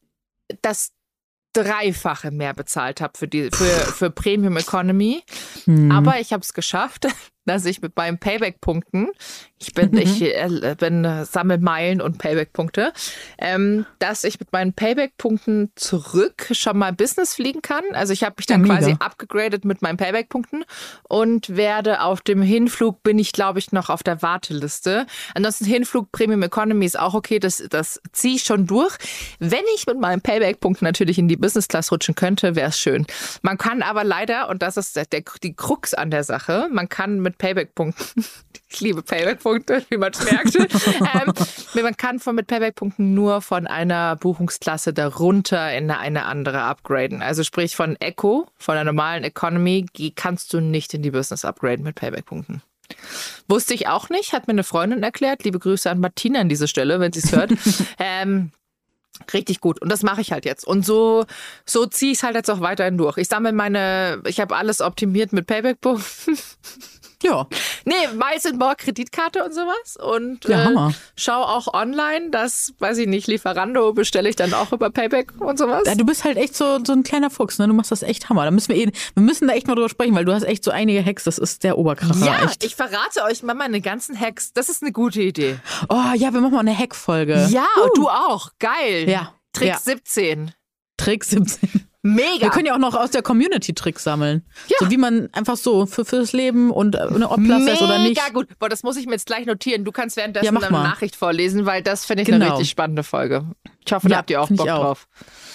das Dreifache mehr bezahlt habe für die für, für Premium Economy. Hm. Aber ich habe es geschafft, dass ich mit meinen Payback-Punkten, ich bin, mhm. ich äh, bin äh, sammle Meilen und Payback-Punkte, ähm, dass ich mit meinen Payback-Punkten zurück schon mal Business fliegen kann. Also ich habe mich dann ja, quasi abgegradet mit meinen Payback-Punkten und werde auf dem Hinflug, bin ich glaube ich noch auf der Warteliste. Ansonsten Hinflug Premium Economy ist auch okay, das, das ziehe ich schon durch. Wenn ich mit meinen Payback-Punkten natürlich in die Business Class rutschen könnte, wäre es schön. Man kann aber leider, und das ist der, der, die Krux an der Sache, man kann mit Payback-Punkten, ich liebe Payback-Punkte, wie man merkt, ähm, man kann von, mit Payback-Punkten nur von einer Buchungsklasse darunter in eine andere upgraden. Also sprich von Eco, von der normalen Economy, kannst du nicht in die Business upgraden mit Payback-Punkten. Wusste ich auch nicht, hat mir eine Freundin erklärt. Liebe Grüße an Martina an dieser Stelle, wenn sie es hört. ähm, Richtig gut. Und das mache ich halt jetzt. Und so, so ziehe ich es halt jetzt auch weiterhin durch. Ich sammle meine, ich habe alles optimiert mit Payback-Punkten. Ja. Nee, Miles and More Kreditkarte und sowas. Und ja, äh, Hammer. Schau auch online, das, weiß ich nicht, Lieferando bestelle ich dann auch über Payback und sowas. Ja, du bist halt echt so, so ein kleiner Fuchs, ne? Du machst das echt Hammer. Da müssen wir eh, wir müssen da echt mal drüber sprechen, weil du hast echt so einige Hacks, das ist der Oberkracher. Ja, echt. Ich verrate euch mal meine ganzen Hacks. Das ist eine gute Idee. Oh ja, wir machen mal eine Hack-Folge. Ja, uh. und du auch. Geil. Ja. Trick ja. siebzehn. Trick siebzehn. Mega. Wir können ja auch noch aus der Community Tricks sammeln. Ja. So wie man einfach so für fürs Leben und eine ob Plus ist oder nicht. Mega gut. Boah, das muss ich mir jetzt gleich notieren. Du kannst währenddessen ja, eine Nachricht vorlesen, weil das finde ich genau. eine richtig spannende Folge. Ich hoffe, ja, da habt ihr auch Bock auch. drauf.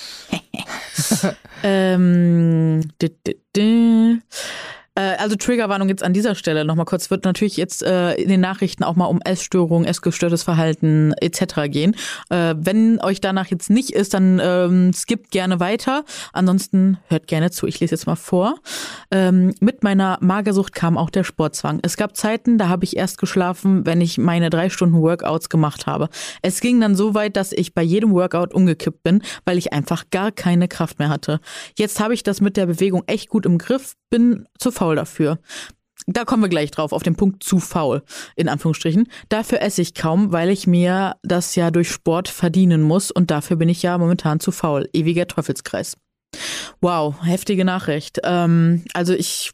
ähm, di, di, di. Also Triggerwarnung jetzt an dieser Stelle nochmal kurz, wird natürlich jetzt äh, in den Nachrichten auch mal um Essstörungen, essgestörtes Verhalten et cetera gehen. Äh, wenn euch danach jetzt nicht ist, dann ähm, skippt gerne weiter. Ansonsten hört gerne zu. Ich lese jetzt mal vor. Ähm, mit meiner Magersucht kam auch der Sportzwang. Es gab Zeiten, da habe ich erst geschlafen, wenn ich meine drei Stunden Workouts gemacht habe. Es ging dann so weit, dass ich bei jedem Workout umgekippt bin, weil ich einfach gar keine Kraft mehr hatte. Jetzt habe ich das mit der Bewegung echt gut im Griff, bin zu faul dafür. Da kommen wir gleich drauf, auf den Punkt zu faul, in Anführungsstrichen. Dafür esse ich kaum, weil ich mir das ja durch Sport verdienen muss und dafür bin ich ja momentan zu faul. Ewiger Teufelskreis. Wow, heftige Nachricht. Ähm, also ich,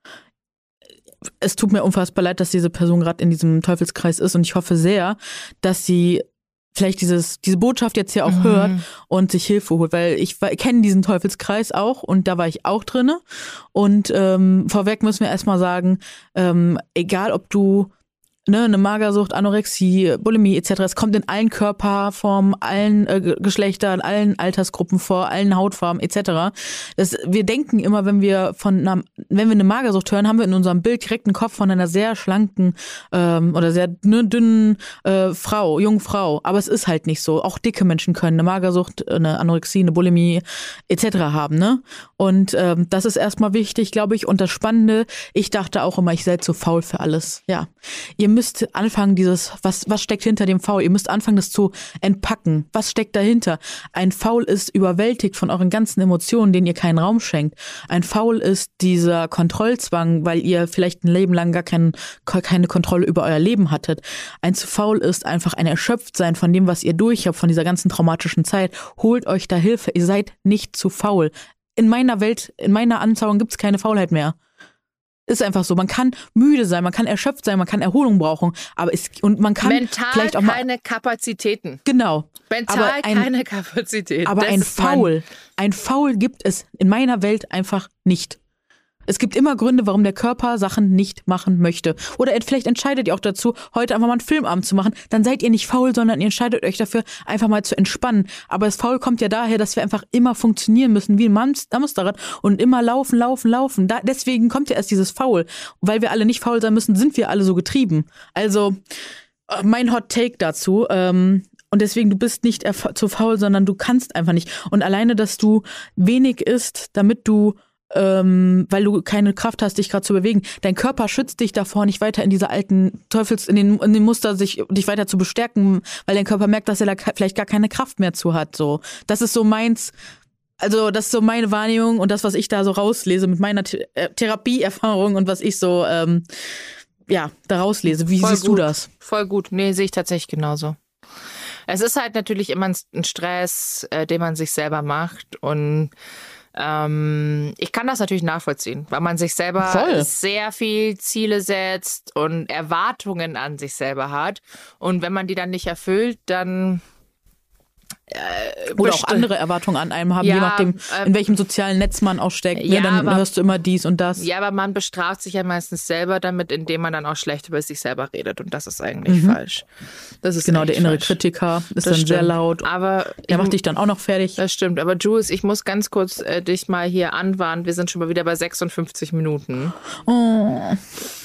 es tut mir unfassbar leid, dass diese Person gerade in diesem Teufelskreis ist und ich hoffe sehr, dass sie vielleicht dieses, diese Botschaft jetzt hier auch mhm. hört und sich Hilfe holt, weil ich kenne diesen Teufelskreis auch und da war ich auch drinne und ähm, vorweg müssen wir erstmal sagen, ähm, egal ob du Ne, eine Magersucht, Anorexie, Bulimie et cetera. Es kommt in allen Körperformen, allen äh, Geschlechtern, allen Altersgruppen vor, allen Hautfarben et cetera. Das, wir denken immer, wenn wir von einer, wenn wir eine Magersucht hören, haben wir in unserem Bild direkt einen Kopf von einer sehr schlanken ähm, oder sehr dünnen äh, Frau, jungen Frau. Aber es ist halt nicht so. Auch dicke Menschen können eine Magersucht, eine Anorexie, eine Bulimie et cetera haben. Ne? Und ähm, das ist erstmal wichtig, glaube ich. Und das Spannende, ich dachte auch immer, ich sei zu faul für alles. Ja, ihr müsst anfangen, dieses, was, was steckt hinter dem Faul? Ihr müsst anfangen, das zu entpacken. Was steckt dahinter? Ein Faul ist überwältigt von euren ganzen Emotionen, denen ihr keinen Raum schenkt. Ein Faul ist dieser Kontrollzwang, weil ihr vielleicht ein Leben lang gar kein, keine Kontrolle über euer Leben hattet. Ein zu faul ist einfach ein Erschöpftsein von dem, was ihr durch habt, von dieser ganzen traumatischen Zeit. Holt euch da Hilfe. Ihr seid nicht zu faul. In meiner Welt, in meiner Anschauung gibt es keine Faulheit mehr. Ist einfach so. Man kann müde sein, man kann erschöpft sein, man kann Erholung brauchen, aber es, und man kann mental vielleicht auch mal, keine Kapazitäten. Genau. Mental ein, keine Kapazitäten. Aber das ein Faul, ein Faul gibt es in meiner Welt einfach nicht. Es gibt immer Gründe, warum der Körper Sachen nicht machen möchte. Oder vielleicht entscheidet ihr auch dazu, heute einfach mal einen Filmabend zu machen. Dann seid ihr nicht faul, sondern ihr entscheidet euch dafür, einfach mal zu entspannen. Aber das Faul kommt ja daher, dass wir einfach immer funktionieren müssen, wie ein Hamsterrad und immer laufen, laufen, laufen. Da, deswegen kommt ja erst dieses Faul. Weil wir alle nicht faul sein müssen, sind wir alle so getrieben. Also mein Hot Take dazu. Ähm, Und deswegen, du bist nicht zu faul, sondern du kannst einfach nicht. Und alleine, dass du wenig isst, damit du Ähm, weil du keine Kraft hast, dich gerade zu bewegen. Dein Körper schützt dich davor, nicht weiter in diese alten Teufels, in den, in den Muster, sich, dich weiter zu bestärken, weil dein Körper merkt, dass er da vielleicht gar keine Kraft mehr zu hat. So, das ist so meins. Also das ist so meine Wahrnehmung und das, was ich da so rauslese mit meiner Th- äh, Therapieerfahrung und was ich so ähm, ja da rauslese. Wie Voll siehst gut. du das? Voll gut. Nee, sehe ich tatsächlich genauso. Es ist halt natürlich immer ein Stress, äh, den man sich selber macht und Ähm, ich kann das natürlich nachvollziehen, weil man sich selber Voll. sehr viel Ziele setzt und Erwartungen an sich selber hat. Und wenn man die dann nicht erfüllt, dann Äh, Oder auch andere Erwartungen an einem haben, ja, je nachdem, ähm, in welchem sozialen Netz man auch steckt. ja, Ne? Dann aber, hörst du immer dies und das. Ja, aber man bestraft sich ja meistens selber damit, indem man dann auch schlecht über sich selber redet. Und das ist eigentlich Mhm. falsch. Das ist Genau, der innere falsch. Kritiker ist Das dann stimmt. sehr laut. Aber Der macht dich dann auch noch fertig. Das stimmt. Aber Jules, ich muss ganz kurz äh, dich mal hier anwarnen. Wir sind schon mal wieder bei sechsundfünfzig Minuten. Oh.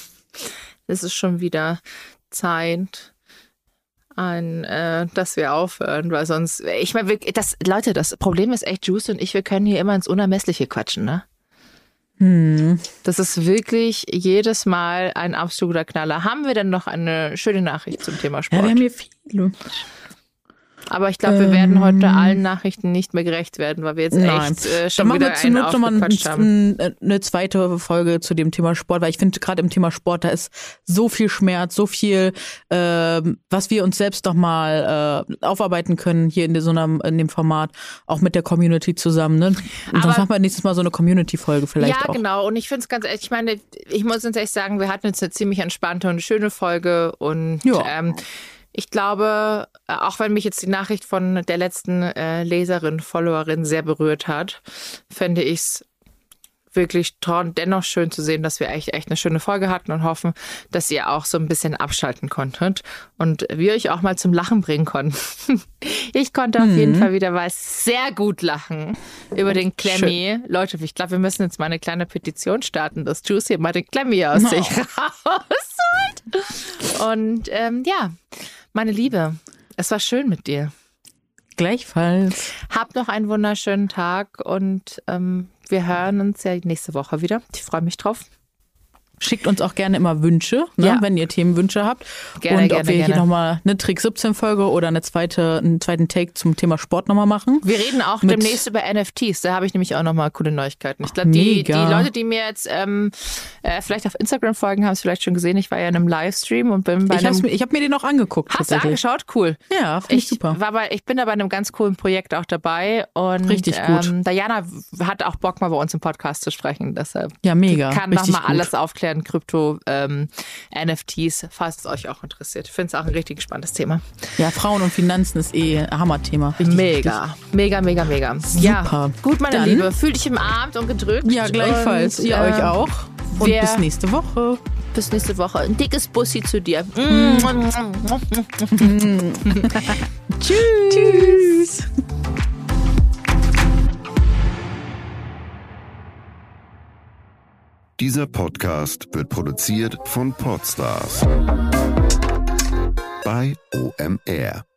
Es ist schon wieder Zeit, ein, äh, dass wir aufhören, weil sonst, ich meine, das, Leute, das Problem ist echt, Juice und ich, wir können hier immer ins Unermessliche quatschen, ne? Hm. Das ist wirklich jedes Mal ein absoluter Knaller. Haben wir denn noch eine schöne Nachricht zum Thema Sport? Ja, wir haben hier viele. Aber ich glaube, wir ähm, werden heute allen Nachrichten nicht mehr gerecht werden, weil wir jetzt nein. echt äh, Dann schon machen wieder wir zur einen Not nochmal aufgequatscht haben. ein, eine zweite Folge zu dem Thema Sport, weil ich finde, gerade im Thema Sport, da ist so viel Schmerz, so viel, äh, was wir uns selbst nochmal äh, aufarbeiten können hier in, so einem, in dem Format, auch mit der Community zusammen. Ne? Und Aber, sonst machen wir nächstes Mal so eine Community-Folge vielleicht ja, auch. Ja, genau. Und ich finde es ganz ehrlich, ich meine, ich muss uns echt sagen, wir hatten jetzt eine ziemlich entspannte und schöne Folge und Ja. ähm, ich glaube, auch wenn mich jetzt die Nachricht von der letzten äh, Leserin, Followerin sehr berührt hat, fände ich es wirklich dennoch schön zu sehen, dass wir echt, echt eine schöne Folge hatten und hoffen, dass ihr auch so ein bisschen abschalten konntet und wir euch auch mal zum Lachen bringen konnten. Ich konnte auf mhm. jeden Fall wieder mal sehr gut lachen über den Klemmi. Schön. Leute, ich glaube, wir müssen jetzt mal eine kleine Petition starten, dass Juice hier mal den Klemmi aus sich rausholt. Und ähm, ja, meine Liebe, es war schön mit dir. Gleichfalls. Habt noch einen wunderschönen Tag und ähm, wir hören uns ja nächste Woche wieder. Ich freue mich drauf. Schickt uns auch gerne immer Wünsche, ne, Ja. wenn ihr Themenwünsche habt. Gerne, und gerne, ob wir hier gerne. nochmal eine Trick siebzehn Folge oder eine zweite, einen zweiten Take zum Thema Sport nochmal machen. Wir reden auch Mit- demnächst über N F Ts. Da habe ich nämlich auch nochmal coole Neuigkeiten. Ich glaube, die, die Mega. Leute, die mir jetzt ähm, äh, vielleicht auf Instagram folgen, haben es vielleicht schon gesehen. Ich war ja in einem Livestream und bin bei Ich, hab's einem... mir, ich habe mir den auch angeguckt. Hast du tatsächlich. angeschaut? Cool. Ja, finde ich, Ich, super. war bei, ich bin da bei einem ganz coolen Projekt auch dabei. Und, Richtig gut. Ähm, Diana hat auch Bock, mal bei uns im Podcast zu sprechen. Deshalb Ja, mega. kann Richtig nochmal gut. alles aufklären, Krypto, ähm, N F Ts, falls es euch auch interessiert. Ich finde es auch ein richtig spannendes Thema. Ja, Frauen und Finanzen ist eh ein Hammerthema. Richtig, Mega, mega, mega, mega. Ja, Super. gut, meine Dann- Liebe. Fühl dich im Abend und gedrückt. Ja, gleichfalls. Und, Ihr äh, euch auch. Und wer- bis nächste Woche. Bis nächste Woche. Ein dickes Bussi zu dir. Tschüss. Dieser Podcast wird produziert von Podstars bei O M R.